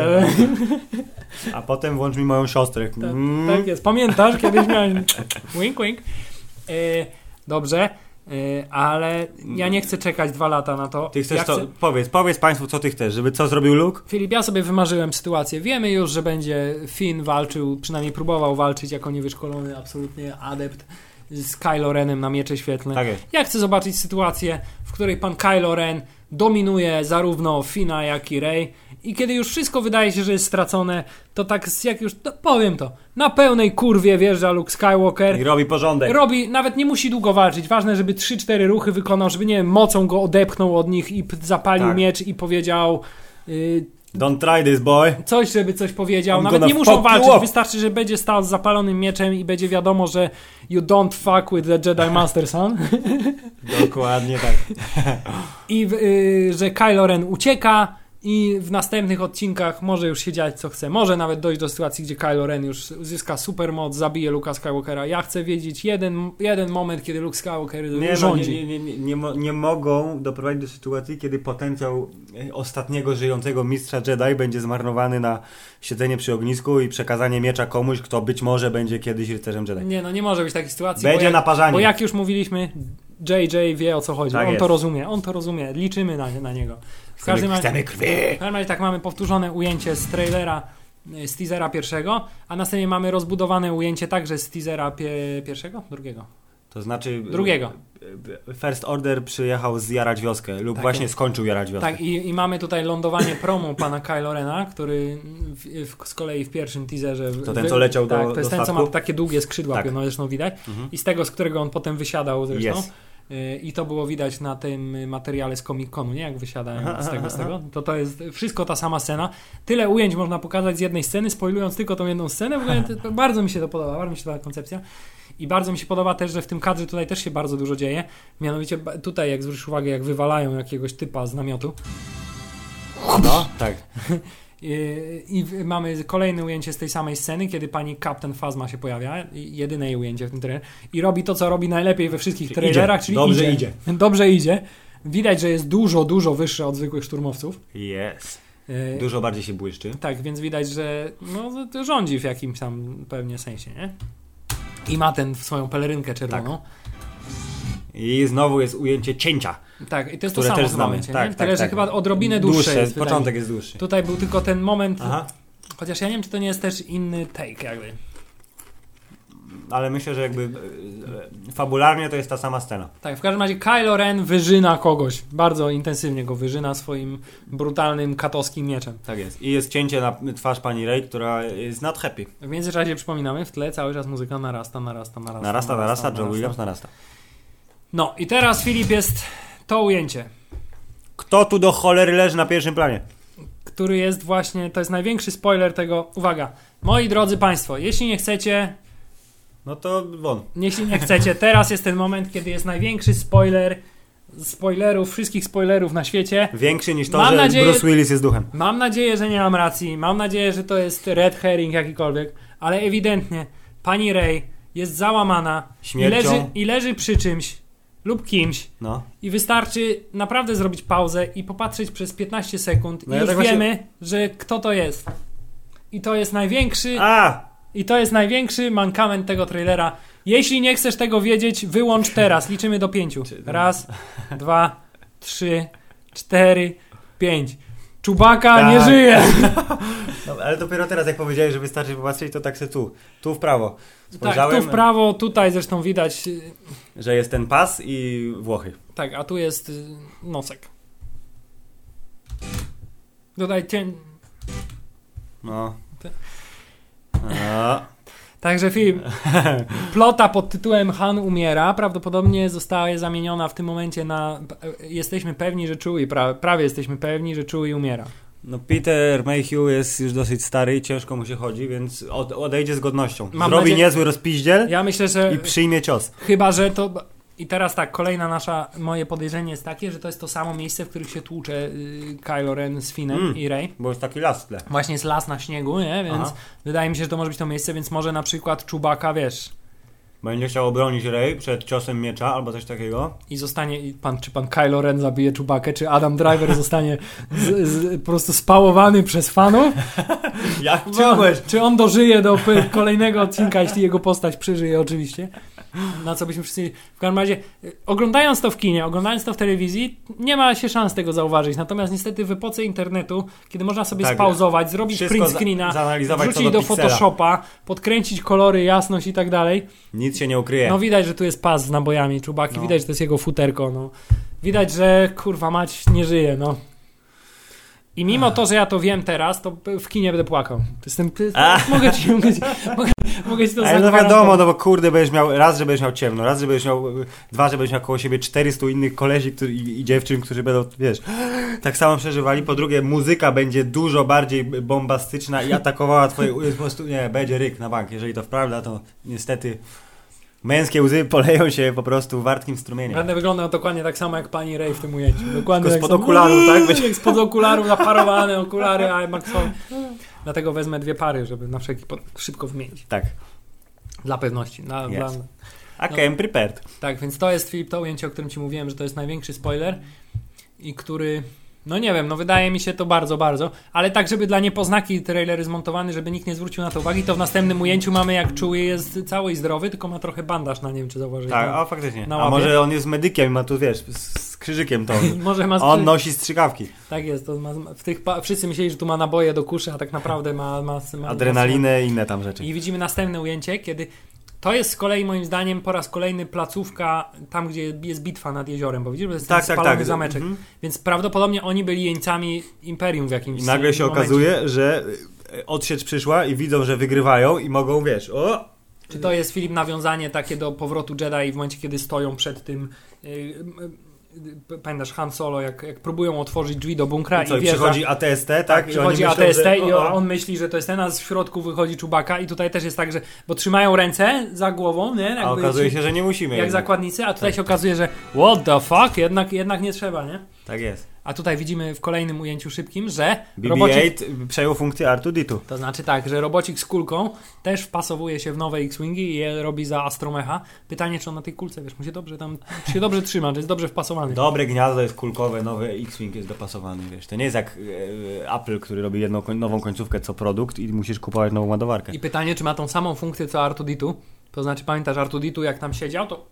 A potem włącz mi moją siostrę. Tak, Mm. tak jest. Pamiętasz? Kiedyś miałem... Wink, wink. E, dobrze, e, ale ja nie chcę czekać dwa lata na to. Ty chcesz ja to... chcę... Powiedz, powiedz Państwu, co ty chcesz, żeby co zrobił Luke? Filip, ja sobie wymarzyłem sytuację. Wiemy już, że będzie Finn walczył, przynajmniej próbował walczyć jako niewyszkolony absolutnie adept z Kylo Renem na miecze świetlne. Tak jest. Ja chcę zobaczyć sytuację, w której pan Kylo Ren dominuje zarówno Finna, jak i Rey i kiedy już wszystko wydaje się, że jest stracone, to tak jak już, no powiem to, na pełnej kurwie wjeżdża Luke Skywalker. I robi porządek. Robi, nawet nie musi długo walczyć. Ważne, żeby trzy cztery ruchy wykonał, żeby, nie wiem, mocą go odepchnął od nich i p- zapalił Tak. miecz i powiedział... Yy, Don't try this, boy. Coś, żeby coś powiedział. I'm Nawet gonna nie muszą fuck you walczyć. up. Wystarczy, że będzie stał z zapalonym mieczem i będzie wiadomo, że you don't fuck with the Jedi Master, son. Dokładnie tak. I y, że Kylo Ren ucieka i w następnych odcinkach może już się dziać co chce. Może nawet dojść do sytuacji, gdzie Kylo Ren już uzyska supermoc, zabije Luke'a Skywalkera. Ja chcę wiedzieć jeden, jeden moment, kiedy Luke Skywalker Nie, rządzi. nie, nie, nie, nie, mo- nie mogą doprowadzić do sytuacji, kiedy potencjał ostatniego żyjącego mistrza Jedi będzie zmarnowany na siedzenie przy ognisku i przekazanie miecza komuś, kto być może będzie kiedyś rycerzem Jedi. Nie, no nie może być takiej sytuacji. Będzie bo jak, naparzanie. Bo jak już mówiliśmy, J J wie o co chodzi. Tak on jest. to rozumie, on to rozumie. Liczymy na, na niego. W każdym razie, Chcemy krwi! w każdym razie tak mamy powtórzone ujęcie z trailera, z teasera pierwszego, a następnie mamy rozbudowane ujęcie także z teasera pie- pierwszego? Drugiego. To znaczy... Drugiego. First Order przyjechał zjarać wioskę lub Tak właśnie jest. skończył jarać wioskę. Tak, i, i mamy tutaj lądowanie promu pana Kylo Rena, który w, w, z kolei w pierwszym teaserze... To ten, co leciał do- tak, to jest do ten, co statku? ma takie długie skrzydła, Tak. no zresztą widać. Mhm. I z tego, z którego on potem wysiadał zresztą. Yes. Y, I to było widać na tym materiale z Comic-Conu, nie? Jak wysiadają Aha, z tego, aha, z tego. To to jest wszystko ta sama scena. Tyle ujęć można pokazać z jednej sceny, spoilując tylko tą jedną scenę. W ogóle to, to bardzo mi się to podoba, bardzo mi się podoba koncepcja. I bardzo mi się podoba też, że w tym kadrze tutaj też się bardzo dużo dzieje. Mianowicie ba- tutaj, jak zwrócisz uwagę, jak wywalają jakiegoś typa z namiotu. No, tak. I, I w- mamy kolejne ujęcie z tej samej sceny, kiedy pani Captain Phasma się pojawia. I jedyne jej ujęcie w tym trailerze. I robi to, co robi najlepiej we wszystkich Idzie. trailerach, czyli Dobrze idzie. idzie. Dobrze idzie. Widać, że jest dużo, dużo wyższy od zwykłych szturmowców. Yes. Yy, Dużo bardziej się błyszczy. tak, więc widać, że no, to rządzi w jakimś tam pewnie sensie, nie? I ma ten swoją pelerynkę czerwoną. I znowu jest ujęcie cięcia. Tak, i to jest Które to samo też chyba znamy. będzie, Tak, nie? tak, Tyle, że tak. chyba odrobinę dłuższe, jest. wydaje początek mi jest dłuższy. się. Tutaj był tylko ten moment, Aha. chociaż ja nie wiem, czy to nie jest też inny take jakby. Ale myślę, że jakby e, fabularnie to jest ta sama scena. Tak, w każdym razie Kylo Ren wyżyna kogoś. Bardzo intensywnie go wyżyna swoim brutalnym, katowskim mieczem. Tak jest. I jest cięcie na twarz pani Rey, która jest not happy. W międzyczasie przypominamy, w tle cały czas muzyka narasta, narasta, narasta. Narasta, narasta, John Williams narasta. No i teraz, Filip, jest to ujęcie, Kto tu do cholery leży na pierwszym planie? który jest właśnie, to jest największy spoiler tego. Uwaga, moi drodzy Państwo, jeśli nie chcecie, No to won. jeśli nie chcecie, teraz jest ten moment, kiedy jest największy spoiler spoilerów, wszystkich spoilerów na świecie. Większy niż to, Mam że nadzieję- Bruce Willis jest duchem. Mam nadzieję, że nie mam racji, mam nadzieję, że to jest red herring jakikolwiek, ale ewidentnie pani Rey jest załamana i Śmiercią. leży, i leży przy czymś lub kimś No. i wystarczy naprawdę zrobić pauzę i popatrzeć przez piętnaście sekund No i ja już tak właśnie- wiemy, że kto to jest. I to jest największy A! i to jest największy mankament tego trailera. Jeśli nie chcesz tego wiedzieć, wyłącz teraz. Liczymy do pięciu. Raz, dwa, trzy, cztery, pięć. Czubaka Tak. nie żyje! No, ale dopiero teraz, jak powiedziałeś, że wystarczy popatrzeć, to tak se tu. Tu w prawo. Tak, Spojrzałem, tu w prawo, tutaj zresztą widać. y, że jest ten pas i Włochy. Tak, a tu jest y, nosek. Tutaj cień. No. Te- No. Także film. Plota pod tytułem Han umiera prawdopodobnie została zamieniona w tym momencie na e, jesteśmy pewni, że Chewie, pra, prawie jesteśmy pewni, że Chewie umiera. No Peter Mayhew jest już dosyć stary i ciężko mu się chodzi, więc od, odejdzie z godnością. Mam Zrobi nadzieję- niezły rozpiździel Ja myślę, że i przyjmie cios. chyba, że to... I teraz tak, kolejna nasza, moje podejrzenie jest takie, że to jest to samo miejsce, w którym się tłucze y, Kylo Ren z Finem Mm. i Rey. Bo jest taki las w tle. Właśnie jest las na śniegu, nie? Więc Aha. wydaje mi się, że to może być to miejsce, więc może na przykład Chewbacca, wiesz, Będzie chciał obronić Rey przed ciosem miecza albo coś takiego. i zostanie, i pan, czy pan Kylo Ren zabije Chewbackę, czy Adam Driver zostanie z, z, po prostu spałowany przez fanów. Jak Bo, czy on dożyje do p- kolejnego odcinka, jeśli jego postać przeżyje oczywiście. Na co byśmy wszyscy... W każdym razie, y, oglądając to w kinie, oglądając to w telewizji, nie ma się szans tego zauważyć. Natomiast niestety w epoce internetu, kiedy można sobie Tak, spauzować, zrobić wszystko print za- screena, zanalizować co wrzucić do do piksela. Photoshopa, podkręcić kolory, jasność i tak dalej. Nic się nie ukryje. No widać, że tu jest pas z nabojami Chewbacki, No. widać, że to jest jego futerko, no. Widać, że kurwa mać nie żyje, no. I mimo to, że ja to wiem teraz, to w kinie będę płakał. To jestem, to jest, A. mogę ci, mogę ci, mogę, mogę ci to Ale no zagwarantować. wiadomo, no bo kurde, będziesz miał, raz, że będziesz miał ciemno, raz, że będziesz miał, dwa, że będziesz miał koło siebie czterystu innych kolesi który, i, i dziewczyn, którzy będą, wiesz, tak samo przeżywali. Po drugie, muzyka będzie dużo bardziej bombastyczna i atakowała twoje... Po prostu, nie, będzie ryk na bank. Jeżeli to prawda, to niestety męskie łzy poleją się po prostu wartkim strumieniem. Będę wyglądał dokładnie tak samo jak pani Ray w tym ujęciu. Dokładnie spod tak okularów, samo. tak? Jak spod okularów, naparowane okulary IMAXowe. Dlatego wezmę dwie pary, żeby na wszelki po... szybko wymienić. Tak. Dla pewności. Dla, Yes. dla... I came prepared. Tak, więc to jest, Filip, to ujęcie, o którym ci mówiłem, że to jest największy spoiler i który, no nie wiem, no wydaje mi się to bardzo, bardzo, ale tak, żeby dla niepoznaki trailer jest zmontowany, żeby nikt nie zwrócił na to uwagi, to w następnym ujęciu mamy, jak czuły, jest cały i zdrowy, tylko ma trochę bandaż na, nie wiem, czy zauważyłeś. Tak, na, a faktycznie. na A może on jest medykiem, ma tu, wiesz, z, z krzyżykiem to. Może ma On nosi strzykawki. Tak jest, to ma, w tych pa... wszyscy myśleli, że tu ma naboje do kuszy, a tak naprawdę ma... ma, ma adrenalinę i inne tam rzeczy. I widzimy następne ujęcie, kiedy to jest z kolei moim zdaniem po raz kolejny placówka tam, gdzie jest bitwa nad jeziorem, bo widzisz, że jest tak, ten tak, spalony tak. zameczek. Mhm. Więc prawdopodobnie oni byli jeńcami Imperium w jakimś I nagle się momencie. okazuje, że odsiecz przyszła i widzą, że wygrywają i mogą, wiesz, o... Czy to jest, Filip, nawiązanie takie do powrotu Jedi w momencie, kiedy stoją przed tym... Yy, yy, pamiętasz Han Solo, jak, jak próbują otworzyć drzwi do bunkra I co, i wjeżdża... przychodzi A T S T, tak? Tak, I przychodzi oni A T S T myślą, że... i o, o. on myśli, że to jest ten, a w środku wychodzi Chewbacca i tutaj też jest tak, że... Bo trzymają ręce za głową, nie? Jakby A okazuje ci, się, że nie musimy. jak jednak. zakładnicy, a tutaj się okazuje, że what the fuck, jednak, jednak nie trzeba, nie? Tak jest. A tutaj widzimy w kolejnym ujęciu szybkim, że B B robocik, osiem przejął funkcję R dwa D dwa. to znaczy tak, że robocik z kulką też wpasowuje się w nowe X-Wingi i je robi za Astromecha. Pytanie, czy on na tej kulce, wiesz, mu się dobrze tam, czy się dobrze trzyma, czy jest dobrze wpasowany. Dobre gniazdo jest kulkowe, nowy X-Wing jest dopasowany, wiesz. To nie jest jak e, Apple, który robi jedną koń- nową końcówkę co produkt i musisz kupować nową ładowarkę. I pytanie, czy ma tą samą funkcję co R dwa D dwa. To znaczy, pamiętasz, R dwa D dwa jak tam siedział, to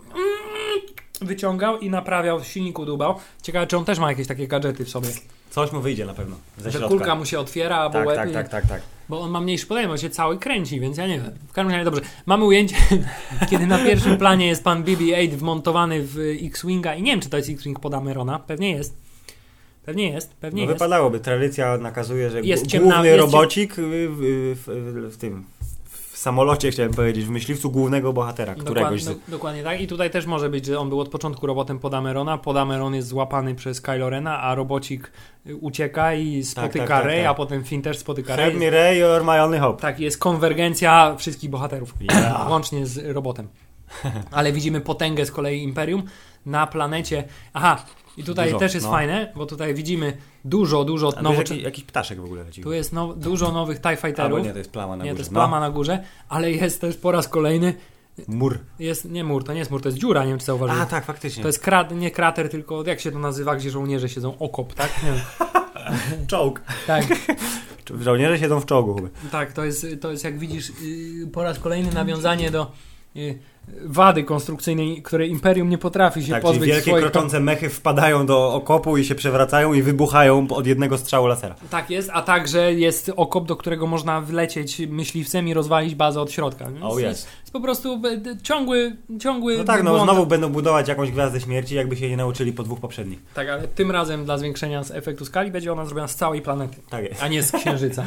wyciągał i naprawiał, w silniku dłubał. Ciekawe, czy on też ma jakieś takie gadżety w sobie. Coś mu wyjdzie na pewno ze Że środka. kulka mu się otwiera, albo tak, łeb, tak, tak, tak, tak. bo on ma mniejszy podejm, on się cały kręci, więc ja nie wiem. W każdym razie dobrze. Mamy ujęcie, kiedy na pierwszym planie jest pan B B osiem wmontowany w X-Winga i nie wiem, czy to jest X-Wing pod Amerona. Pewnie jest. Pewnie jest, pewnie No jest. wypadałoby. Tradycja nakazuje, że Jest g- ciemna- główny jest robocik w, w, w, w tym w samolocie, chciałem powiedzieć, w myśliwcu głównego bohatera, któregoś z... Dokładnie, do, dokładnie tak. I tutaj też może być, że on był od początku robotem pod Amerona. Pod Ameron jest złapany przez Kylo Rena, a robocik ucieka i spotyka tak, tak, Rey, tak. a potem Finn też spotyka Help Rey. me Rey, you're my only hope. Tak, jest konwergencja wszystkich bohaterów. Yeah. Łącznie z robotem. Ale widzimy potęgę z kolei Imperium na planecie. Aha, i tutaj Dużo, też jest no. fajne, bo tutaj widzimy dużo, dużo A tu jest nowo... jakiś, jakiś ptaszek w ogóle leci. Tu jest now, dużo nowych TIE Albo Fighterów. nie, to jest plama na Nie, górze. to jest No. plama na górze, ale jest też po raz kolejny Mur. jest, nie mur, to nie jest mur, to jest dziura, nie wiem czy zauważyłeś. A, tak, faktycznie. To jest krat, nie krater, tylko jak się to nazywa, gdzie żołnierze siedzą? Okop, tak? Nie wiem. Czołg. Tak, Żołnierze siedzą w czołgu chyba. tak, to jest, to jest jak widzisz yy, po raz kolejny nawiązanie do yy, wady konstrukcyjnej, której Imperium nie potrafi się Tak, czyli pozbyć wielkie, swoich... kroczące mechy wpadają do okopu i się przewracają i wybuchają od jednego strzału lasera. Tak jest, a także jest okop, do którego można wlecieć myśliwcem i rozwalić bazę od środka. Więc Oh, yes. jest, jest po prostu y, ciągły, ciągły No tak, no błąd. znowu będą budować jakąś gwiazdę śmierci, jakby się nie nauczyli po dwóch poprzednich. Tak, ale tym razem dla zwiększenia z efektu skali będzie ona zrobiona z całej planety, Tak jest. a nie z księżyca.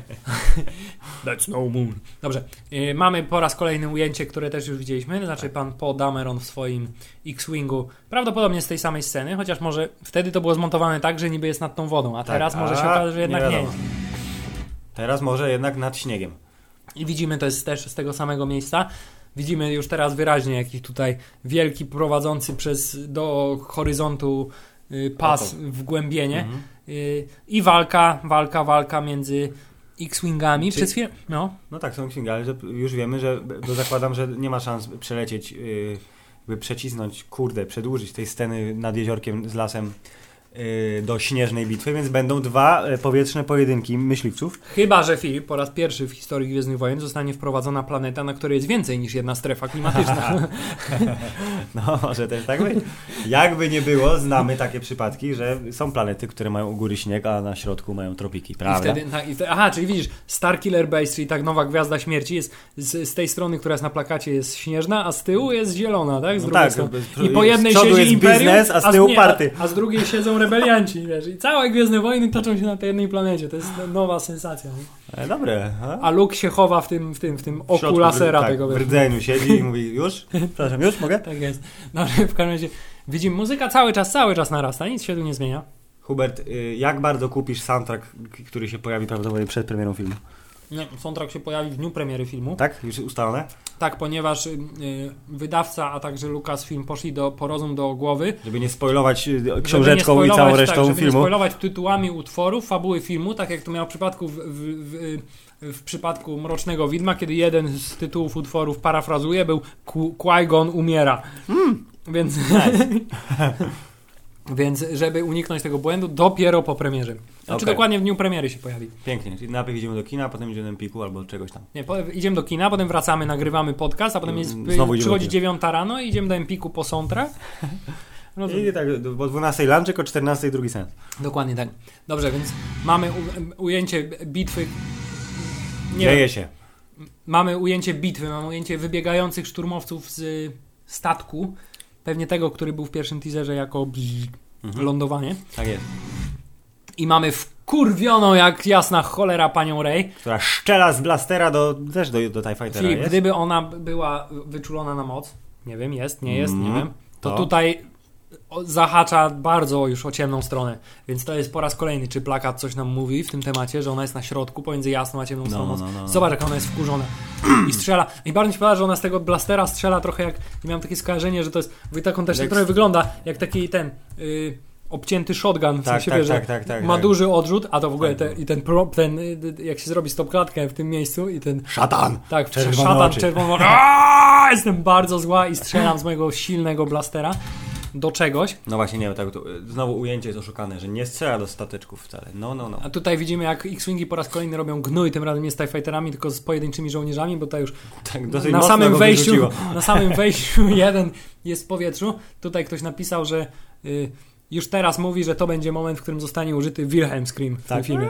That's no moon. Dobrze, yy, mamy po raz kolejny ujęcie, które też już widzieliśmy, to znaczy pan Poe Dameron w swoim X-Wingu, prawdopodobnie z tej samej sceny, chociaż może wtedy to było zmontowane tak, że niby jest nad tą wodą, a Tak, teraz może się a okazać, że jednak nie, nie jest. wiadomo. Teraz może jednak nad śniegiem. I widzimy, to jest też z tego samego miejsca, widzimy już teraz wyraźnie jakiś tutaj wielki prowadzący przez do horyzontu y, pas Oto. wgłębienie Mhm. y, i walka, walka, walka między X-Wingami. Czy- Przez chwilę, no, No tak, są księgi, ale że już wiemy, że bo zakładam, że nie ma szans przelecieć, yy, by przecisnąć, kurde, przedłużyć tej sceny nad jeziorkiem z lasem yy, do śnieżnej bitwy, więc będą dwa yy, powietrzne pojedynki myśliwców. chyba że Filip po raz pierwszy w historii Gwiezdnych Wojen zostanie wprowadzona planeta, na której jest więcej niż jedna strefa klimatyczna. No, może też tak być. Jakby nie było, znamy takie przypadki, że są planety, które mają u góry śnieg, a na środku mają tropiki, I prawda? wtedy, tak, i wtedy, aha, czyli widzisz, Starkiller Base, czyli tak nowa Gwiazda Śmierci jest z, z tej strony, która jest na plakacie, jest śnieżna, a z tyłu jest zielona, tak? Z No drugiej tak, strony. z- I po jednej z przodu siedzi jest Imperium, biznes, a z tyłu nie, party. A, a z drugiej siedzą rebelianci, wiesz. I całe Gwiezdne Wojny toczą się na tej jednej planecie. To jest nowa sensacja. Nie? E, dobre. A? A Luke się chowa w tym, w tym, w tym W oku środku, lasera tak, tego. w wiesz. rdzeniu siedzi i mówi, już? Przepraszam, już mogę? Tak jest. No, ale w każdym razie widzimy, muzyka cały czas, cały czas narasta, nic się tu nie zmienia. Hubert, jak bardzo kupisz soundtrack, który się pojawi prawdopodobnie przed premierą filmu? Nie, soundtrack się pojawi w dniu premiery filmu. Tak? Już ustalone? Tak, ponieważ y, wydawca, a także Lucasfilm poszli do, po rozum do głowy. Żeby nie spoilować książeczką i całą resztą tak, żeby filmu. nie spoilować tytułami utworów, fabuły filmu, tak jak to miało w przypadku w, w, w, w przypadku Mrocznego Widma, kiedy jeden z tytułów utworów, parafrazuję, był Qui-Gon umiera. Mm. Więc... Nice. Więc żeby uniknąć tego błędu, dopiero po premierze. Znaczy okay. dokładnie w dniu premiery się pojawi. Pięknie, czyli najpierw idziemy do kina, potem idziemy do Empiku albo czegoś tam. Nie, po, idziemy do kina, potem wracamy, nagrywamy podcast, a potem jest, przychodzi dziewiąta rano i idziemy do Empiku po soundtrack. No to... I tak, o dwunastej lunchek, o czternastej drugi sens. Dokładnie tak. Dobrze, więc mamy u, ujęcie bitwy. Nie Dzieje wiem. się. Mamy ujęcie bitwy, mamy ujęcie wybiegających szturmowców z statku. Pewnie tego, który był w pierwszym teaserze jako bzz, mhm. lądowanie. Tak jest. I mamy wkurwioną jak jasna cholera panią Rey. Która szczela z blastera do, też do, do TIE Fightera. Filip, jest? Gdyby ona była wyczulona na moc, nie wiem, jest, nie jest, mm, nie wiem, to, to tutaj zahacza bardzo już o ciemną stronę. Więc to jest po raz kolejny, czy plakat coś nam mówi w tym temacie, że ona jest na środku pomiędzy jasną a ciemną no, stroną. No, no, no. Zobacz, jak ona jest wkurzona. I strzela. I bardzo mi się podoba, że ona z tego blastera strzela trochę jak... I miałem takie skojarzenie, że to jest... Tak on też jak... trochę wygląda jak taki ten... Yy, obcięty shotgun, w tak, sensie tak, wie, tak, tak, tak, ma tak. duży odrzut, a to w ogóle te, i ten, pro, ten jak się zrobi stopklatkę w tym miejscu i ten... Szatan! Tak, czerwone szatan, oczy. czerwono. Jestem bardzo zła i strzelam z mojego silnego blastera do czegoś. No właśnie, nie, tak, to, znowu ujęcie jest oszukane, że nie strzela do stateczków wcale. No, no, no. A tutaj widzimy, jak X-Wingi po raz kolejny robią gnój, tym razem nie z TIE Fighterami, tylko z pojedynczymi żołnierzami, bo tutaj już tak, dosyć na, mocno samym go wejściu, wyrzuciło. na samym wejściu jeden jest w powietrzu. Tutaj ktoś napisał, że y, już teraz mówi, że to będzie moment, w którym zostanie użyty Wilhelm Scream w tak. tym filmie.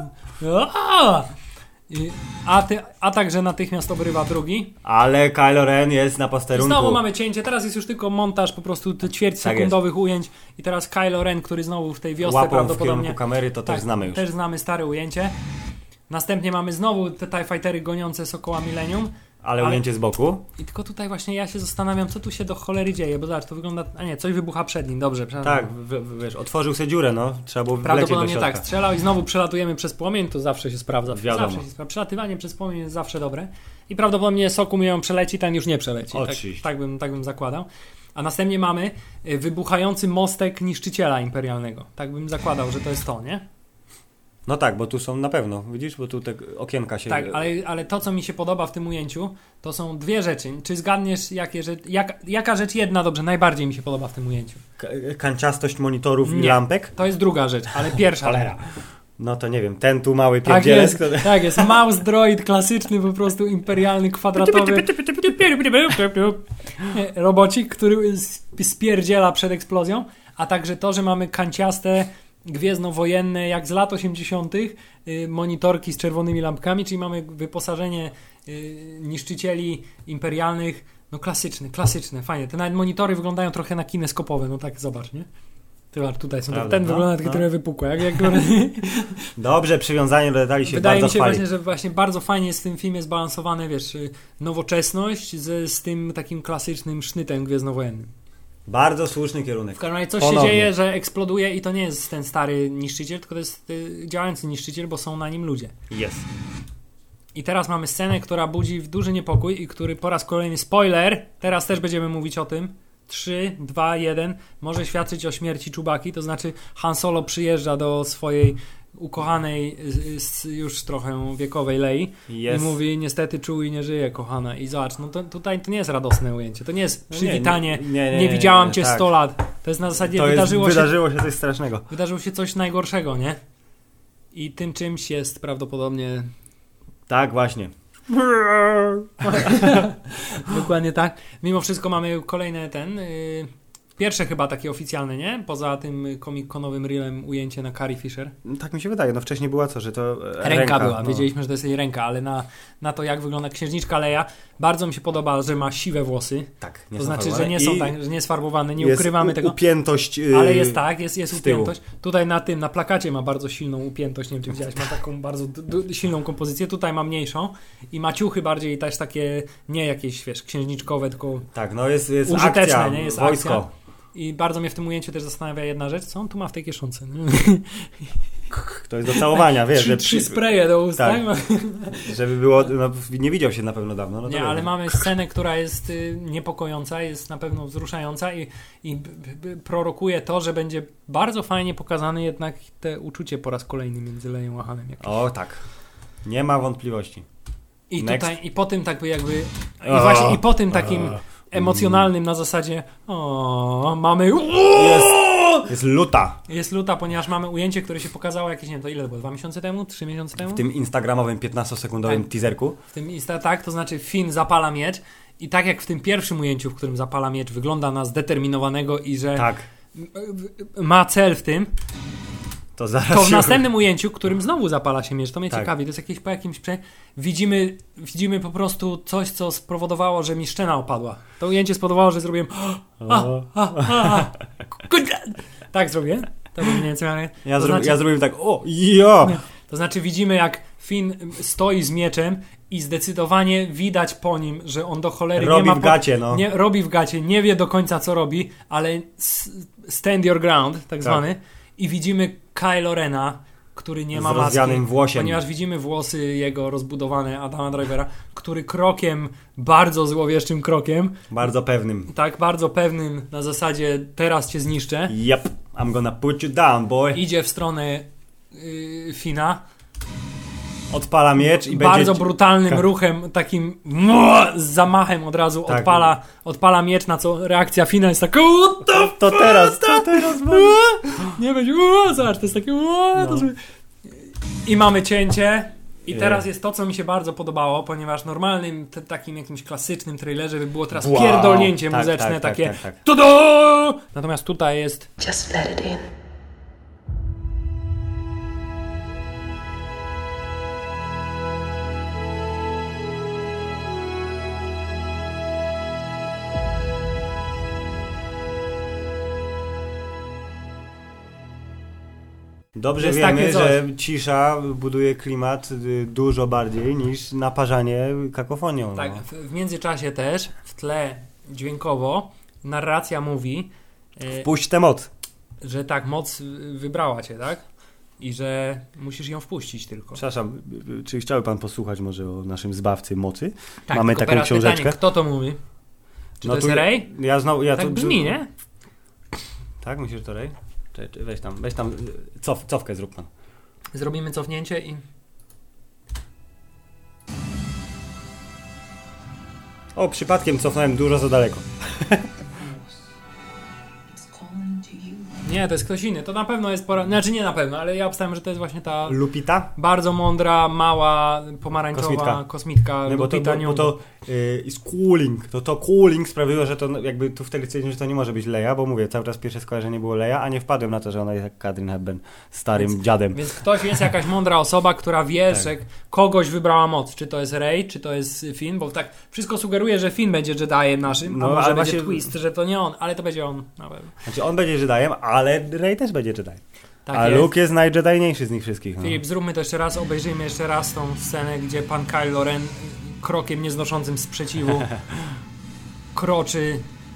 I, a, ty, a także natychmiast obrywa drugi. Ale Kylo Ren jest na I posterunku. znowu mamy cięcie, teraz jest już tylko montaż po prostu ćwierć tak sekundowych ujęć i teraz Kylo Ren, który znowu w tej wiosce łapą prawdopodobnie... w kierunku kamery, to tak, też znamy już. Też znamy stare ujęcie. Następnie mamy znowu te TIE Fightery goniące Sokoła Millennium. Ale, ale ujęcie z boku. I tylko tutaj właśnie ja się zastanawiam, co tu się do cholery dzieje, bo zobacz, to wygląda... A nie, coś wybucha przed nim, dobrze. Tak, w, w, wiesz, otworzył sobie dziurę, no. Trzeba było wlecieć do Prawdopodobnie środka. tak, strzelał i znowu przelatujemy przez płomień, to zawsze się sprawdza. Wiadomo. Zawsze się sprawdza. Przelatywanie przez płomień jest zawsze dobre. I prawdopodobnie Soku Millennium przeleci, ten już nie przeleci. Tak, tak, bym, tak bym zakładał. A następnie mamy wybuchający mostek niszczyciela imperialnego. Tak bym zakładał, że to jest to, nie? No tak, bo tu są na pewno, widzisz, bo tu te okienka się... Tak, ale, ale to, co mi się podoba w tym ujęciu, to są dwie rzeczy. Czy zgadniesz, jakie rzecz, jak, jaka rzecz jedna, dobrze, najbardziej mi się podoba w tym ujęciu? K- kanciastość monitorów nie, i lampek? To jest druga rzecz, ale pierwsza. Cholera. No to nie wiem, ten tu mały tak pierdzielec. Jest, który... Tak jest, mouse droid klasyczny, po prostu imperialny, kwadratowy. Robocik, który spierdziela przed eksplozją, a także to, że mamy kanciaste gwiezdnowojenne, jak z lat osiemdziesiątych monitorki z czerwonymi lampkami, czyli mamy wyposażenie niszczycieli imperialnych, no klasyczne, klasyczne, fajnie. Te nawet monitory wyglądają trochę na kineskopowe, no tak zobacz, nie? Zobacz, tutaj są, Prawda, ten no, wygląda taki no. trochę wypukły. Jak, jak... Dobrze, przywiązanie do detali się Wydaje bardzo mi się chwali. właśnie, że właśnie bardzo fajnie jest w tym filmie zbalansowane, wiesz, nowoczesność z, z tym takim klasycznym sznytem gwiezdnowojennym. Bardzo słuszny kierunek. W każdym razie coś Ponownie. się dzieje, że eksploduje i to nie jest ten stary niszczyciel, tylko to jest y, działający niszczyciel, bo są na nim ludzie. Jest. I teraz mamy scenę, która budzi duży niepokój i który po raz kolejny, spoiler, teraz też będziemy mówić o tym, trzy, dwa, jeden, może świadczyć o śmierci Chewbacki, to znaczy Han Solo przyjeżdża do swojej ukochanej, już trochę wiekowej Lei yes. i mówi, niestety Chewie nie żyje, kochana. I zobacz, no to, tutaj to nie jest radosne ujęcie, to nie jest przywitanie, no nie, nie, nie, nie, nie widziałam nie, cię tak. sto lat. To jest na zasadzie, to wydarzyło, jest, się, wydarzyło się coś strasznego. Wydarzyło się coś najgorszego, nie? I tym czymś jest prawdopodobnie... Tak, właśnie. Dokładnie tak. Mimo wszystko mamy kolejne ten... Yy, pierwsze chyba takie oficjalne, nie? Poza tym comic-conowym reelem ujęcie na Carrie Fisher. Tak mi się wydaje. No wcześniej była co, że to ręka, ręka była. No. Wiedzieliśmy, że to jest jej ręka, ale na, na to, jak wygląda księżniczka Leia, bardzo mi się podoba, że ma siwe włosy. Tak. To znaczy, że nie są tak, że nie sfarbowane, nie jest ukrywamy u, tego. upiętość. Yy, ale jest tak, jest, jest upiętość. tyłu. Tutaj na tym, na plakacie ma bardzo silną upiętość, nie wiem, czy widziałeś, ma taką bardzo d- d- silną kompozycję. Tutaj ma mniejszą i ma ciuchy bardziej też takie, nie jakieś, wiesz, księżniczkowe, tylko tak, no jest, jest użyteczne, akcja, nie? Jest wojsko. akcja. I bardzo mnie w tym ujęciu też zastanawia jedna rzecz, co on tu ma w tej kieszonce. To jest do całowania, wiesz. Trzy, że trzy spreje do ust, tak? tak? Żeby było, no, nie widział się na pewno dawno. No to nie, ale wiem. mamy scenę, która jest y, niepokojąca, jest na pewno wzruszająca i, i b, b, prorokuje to, że będzie bardzo fajnie pokazane jednak te uczucie po raz kolejny między Leją a Hanem. Jakieś. O tak, nie ma wątpliwości. I Next. tutaj, i po tym tak jakby, i O, właśnie i po tym takim o, emocjonalnym na zasadzie o, mamy Jest, jest luta. jest luta, ponieważ mamy ujęcie, które się pokazało jakieś, nie wiem, to ile to było, dwa miesiące temu, trzy miesiące temu? W tym instagramowym piętnastosekundowym Tak. teaserku. W tym insta, tak, to znaczy Finn zapala miecz i tak jak w tym pierwszym ujęciu, w którym zapala miecz, wygląda na zdeterminowanego i że Tak, ma cel w tym, to zaraz to w się- następnym ujęciu, w którym znowu zapala się miecz, to mnie Tak. ciekawi, to jest jakieś po jakimś prze... widzimy, widzimy po prostu coś, co spowodowało, że mi szczena opadła. To ujęcie spowodowało, że zrobiłem a, a, a, a. Tak zrobię. To mniej więcej, ale... Ja, to zro... znaczy... ja zrobiłem tak, o, jo! To znaczy widzimy, jak Finn stoi z mieczem i zdecydowanie widać po nim, że on do cholery Robi nie ma... w gacie, no. Nie, robi w gacie, nie wie do końca co robi, ale s- stand your ground, tak, Tak. zwany. I widzimy Kylo Rena, który nie Z ma maski. rozwianym włosiem. Ponieważ widzimy włosy jego rozbudowane, Adama Drivera, który krokiem, bardzo złowieszczym krokiem, Bardzo pewnym. tak bardzo pewnym na zasadzie teraz cię zniszczę, Yep, I'm gonna put you down, boy. idzie w stronę yy, Fina. Odpala miecz i Bardzo będzie... brutalnym Ka- ruchem, takim mua, z zamachem od razu Tak. odpala, odpala miecz, na co reakcja Fina jest taka what the To, to teraz, to teraz. nie będzie, ua, zobacz, to jest takie ua, to No. sobie... I mamy cięcie i Nie. teraz jest to, co mi się bardzo podobało, ponieważ normalnym, te, takim jakimś klasycznym trailerze by było teraz Wow. pierdolnięcie Tak, muzyczne, tak, tak, takie tak, tak. tudu! Natomiast tutaj jest Just let it in. Dobrze Jest wiemy, takie coś. że cisza buduje klimat y, dużo bardziej niż naparzanie kakofonią. tak, No. w, w międzyczasie też w tle dźwiękowo narracja mówi, e, Puść tę moc. że tak, moc y, wybrała cię, tak? I że musisz ją wpuścić tylko. Przepraszam, y, y, czy chciałby pan posłuchać może o naszym zbawcy mocy? Tak, Mamy tylko taką teraz książeczkę. pytanie, kto to mówi? Czy No to jest tu- Rey? Ja znowu, ja Tak to, brzmi, nie? Tak, myślisz, że to Rey? Czy, czy weź tam, weź tam, y, cof, cofkę zrób pan. Zrobimy cofnięcie i... O, przypadkiem cofnąłem dużo za daleko. Nie, to jest ktoś inny. To na pewno jest pora... Znaczy nie na pewno, ale ja obstawiam, że to jest właśnie ta Lupita? bardzo mądra, mała, pomarańczowa Kosmitka. kosmitka. No bo to, Lupita bo, bo Nyong'o. to y, jest cooling. To, to cooling sprawiło, że to no, jakby tu wtedy stwierdziłem, że to nie może być Leia, bo mówię, cały czas pierwsze skojarzenie było Leia, a nie wpadłem na to, że ona jest jak Katrin Hepburn, starym Więc- dziadem. Więc ktoś jest jakaś mądra osoba, która wie, Tak. że kogoś wybrała moc. Czy to jest Rey, czy to jest Finn, bo tak wszystko sugeruje, że Finn będzie Jediem naszym, No, a może ale będzie właśnie- twist, że to nie on, ale to będzie on na pewno. Znaczy on będzie Jediem, ale Rey też będzie Jedi. Tak a jest. Luke jest najjedajniejszy z nich wszystkich. No. Filip, zróbmy to jeszcze raz, obejrzyjmy jeszcze raz tą scenę, gdzie pan Kylo Ren krokiem nieznoszącym sprzeciwu kroczy.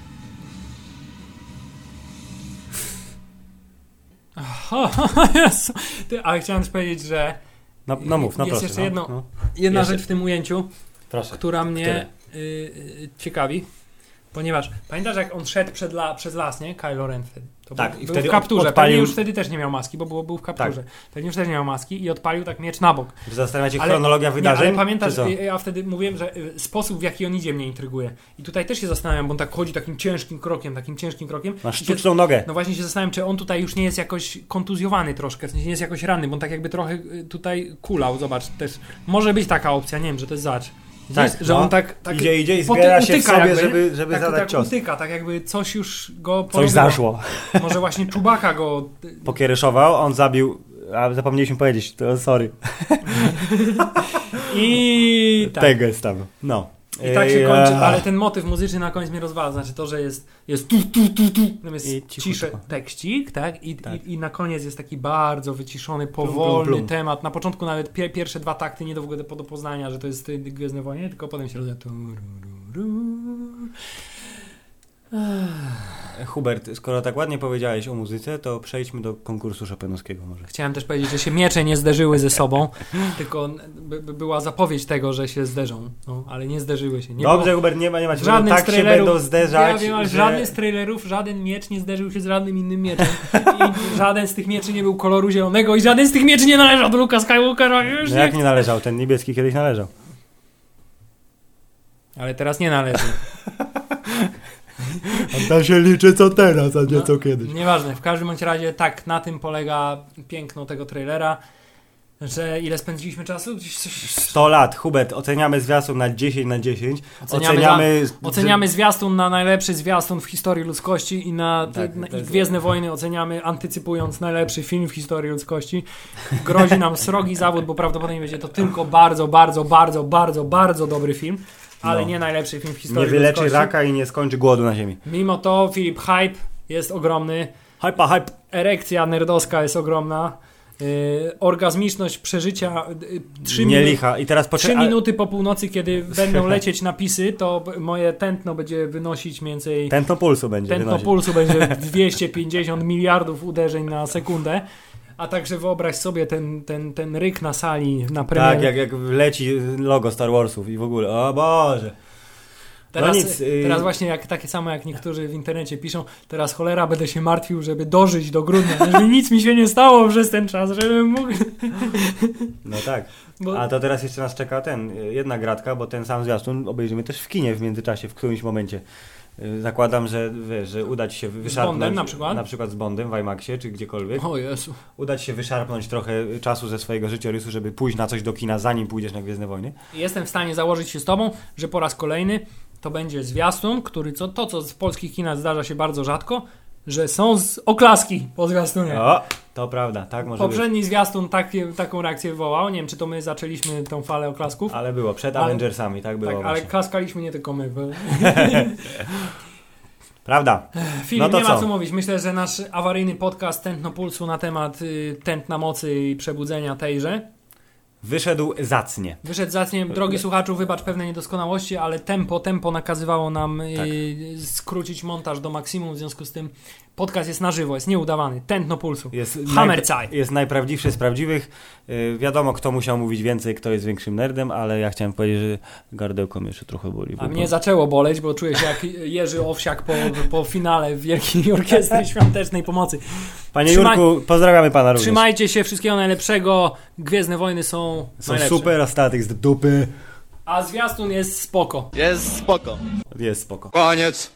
Jezu. Ty, ale chciałem też powiedzieć, że No, no mów, no jest proszę. jeszcze no, jedno- no. jedna Jeszcze. rzecz w tym ujęciu, Proszę. która mnie Które? y, y, ciekawi, ponieważ pamiętasz, jak on szedł przed la, przez las, nie? Kylo Ren wtedy. To Tak, był, i był wtedy w kapturze. odpalił- Pewnie już wtedy też nie miał maski, bo było, był w kapturze. Pewnie już też nie miał maski i odpalił tak miecz na bok. Zastanawia cię Ale- chronologia wydarzeń? Nie, ale pamiętasz, czy co? ja ja wtedy mówiłem, że y, sposób, w jaki on idzie, mnie intryguje. I tutaj też się zastanawiam, bo on tak chodzi takim ciężkim krokiem, takim ciężkim krokiem. Ma I się- sztuczną nogę. No właśnie się zastanawiam, czy on tutaj już nie jest jakoś kontuzjowany troszkę, w sensie nie jest jakoś ranny, bo on tak jakby trochę y, tutaj kulał, zobacz, też może być taka opcja, nie wiem, że to jest zacz. Tak, Widzisz, że no. on tak, tak Idzie, idzie i poty- zbiera się w utyka sobie, jakby, żeby, żeby tak, zadać tak cios. utyka, tak jakby coś już go Coś porobiło. zaszło. Może właśnie Czubaka go... Pokiereszował, on zabił, a zapomnieliśmy powiedzieć, to sorry. I tak. Tego jest tam. No. I tak się Ej, kończy, a- ale ten motyw muzyczny na koniec mnie rozwala, znaczy to, że jest, jest tu, tu, tu, tu, natomiast I jest cichutko. ciszy tekstik, tak? I, Tak. I, I na koniec jest taki bardzo wyciszony, plum, powolny plum. temat. Na początku nawet pie, pierwsze dwa takty nie do w ogóle do poznania, że to jest y, Gwiezdne Wojny, tylko potem się rozwija tu, ru, ru, ru. Ach. Hubert, skoro tak ładnie powiedziałeś o muzyce, to przejdźmy do konkursu chopinowskiego może. Chciałem też powiedzieć, że się miecze nie zderzyły ze sobą, tylko by, by była zapowiedź tego, że się zderzą, no, ale nie zderzyły się. Nie Dobrze, było... Hubert, nie ma, nie ma Żadnym tak z się będą zderzać. Ja wiem, ale że... żadny z trailerów, żaden miecz nie zderzył się z żadnym innym mieczem. I żaden z tych mieczy nie był koloru zielonego i żaden z tych mieczy nie należał do Luka Skywalkera. Już No jak nie należał? Ten niebieski kiedyś należał. Ale teraz nie należy. A tam się liczy co teraz, a nie No, co kiedyś. Nieważne, w każdym bądź razie tak, na tym polega piękno tego trailera, że ile spędziliśmy czasu? Gdzieś coś... sto lat. Hubert, oceniamy zwiastun na dziesięć na dziesięć. Oceniamy, Oceniamy, za, oceniamy zwiastun na najlepszy zwiastun w historii ludzkości i na, Tak, na to i jest- Gwiezdne Wojny oceniamy antycypując najlepszy film w historii ludzkości. Grozi nam srogi zawód, bo prawdopodobnie będzie to tylko bardzo, bardzo, bardzo, bardzo, bardzo dobry film, ale No. nie najlepszy film w historii nie wyleczy ludzkości. raka i nie skończy głodu na ziemi. Mimo to Filip hype jest ogromny. Hypa, hype. Erekcja nerdowska jest ogromna. Yy, orgazmiczność przeżycia yy, trzy, Nie minu- licha. I teraz trzy poczekaj. minuty po północy, kiedy będą lecieć napisy, to b- moje tętno będzie wynosić mniej więcej... Tętno pulsu będzie Tętno wynosić. pulsu będzie dwieście pięćdziesiąt miliardów uderzeń na sekundę. A także wyobraź sobie ten, ten, ten ryk na sali na premierę. Tak, jak, jak leci logo Star Warsów i w ogóle. O Boże. Teraz, No nic, y- teraz właśnie jak, takie samo jak niektórzy w internecie piszą, teraz cholera będę się martwił, żeby dożyć do grudnia, żeby nic mi się nie stało przez ten czas, żebym mógł... No tak. Bo... A to teraz jeszcze nas czeka ten, jedna gratka, bo ten sam zwiastun obejrzymy też w kinie w międzyczasie, w którymś momencie. Y, Zakładam, że wiesz, że uda ci się wyszarpnąć... Bondem na przykład? Na przykład z Bondem w IMAXie, czy gdziekolwiek. O Jezu. Uda ci się wyszarpnąć trochę czasu ze swojego życiorysu, żeby pójść na coś do kina, zanim pójdziesz na Gwiezdne Wojny. Jestem w stanie założyć się z tobą, że po raz kolejny to będzie zwiastun, który co, to, co w polskich kinach zdarza się bardzo rzadko, że są z oklaski po zwiastunie. O, to prawda, tak może Poprzedni zwiastun takie, taką reakcję wywołał. Nie wiem, czy to my zaczęliśmy tą falę oklasków. być. Ale było, przed Ale- Avengersami, tak było tak, ale właśnie. klaskaliśmy nie tylko my. Bo... Prawda. Filip, No to nie ma co? co mówić. Myślę, że nasz awaryjny podcast Tętno Pulsu na temat y, tętna mocy i przebudzenia tejże Wyszedł zacnie. wyszedł zacnie. Drogi słuchaczu, wybacz pewne niedoskonałości, ale tempo, tempo nakazywało nam y, Tak. skrócić montaż do maksimum, w związku z tym podcast jest na żywo, jest nieudawany. Tętno Pulsu. Jest, Hammerzeit. jest najprawdziwszy z prawdziwych. Yy, wiadomo, kto musiał mówić więcej, kto jest większym nerdem, ale ja chciałem powiedzieć, że gardełko mnie jeszcze trochę boli. A mnie zaczęło boleć, bo czuję się jak Jerzy Owsiak po, po finale Wielkiej Orkiestry Świątecznej Pomocy. Panie Trzymaj- Jurku, pozdrawiamy pana również. Trzymajcie się, wszystkiego najlepszego. Gwiezdne Wojny są, Są najlepsze. super, a statek z dupy. A zwiastun jest spoko. Jest spoko. Jest spoko. Koniec.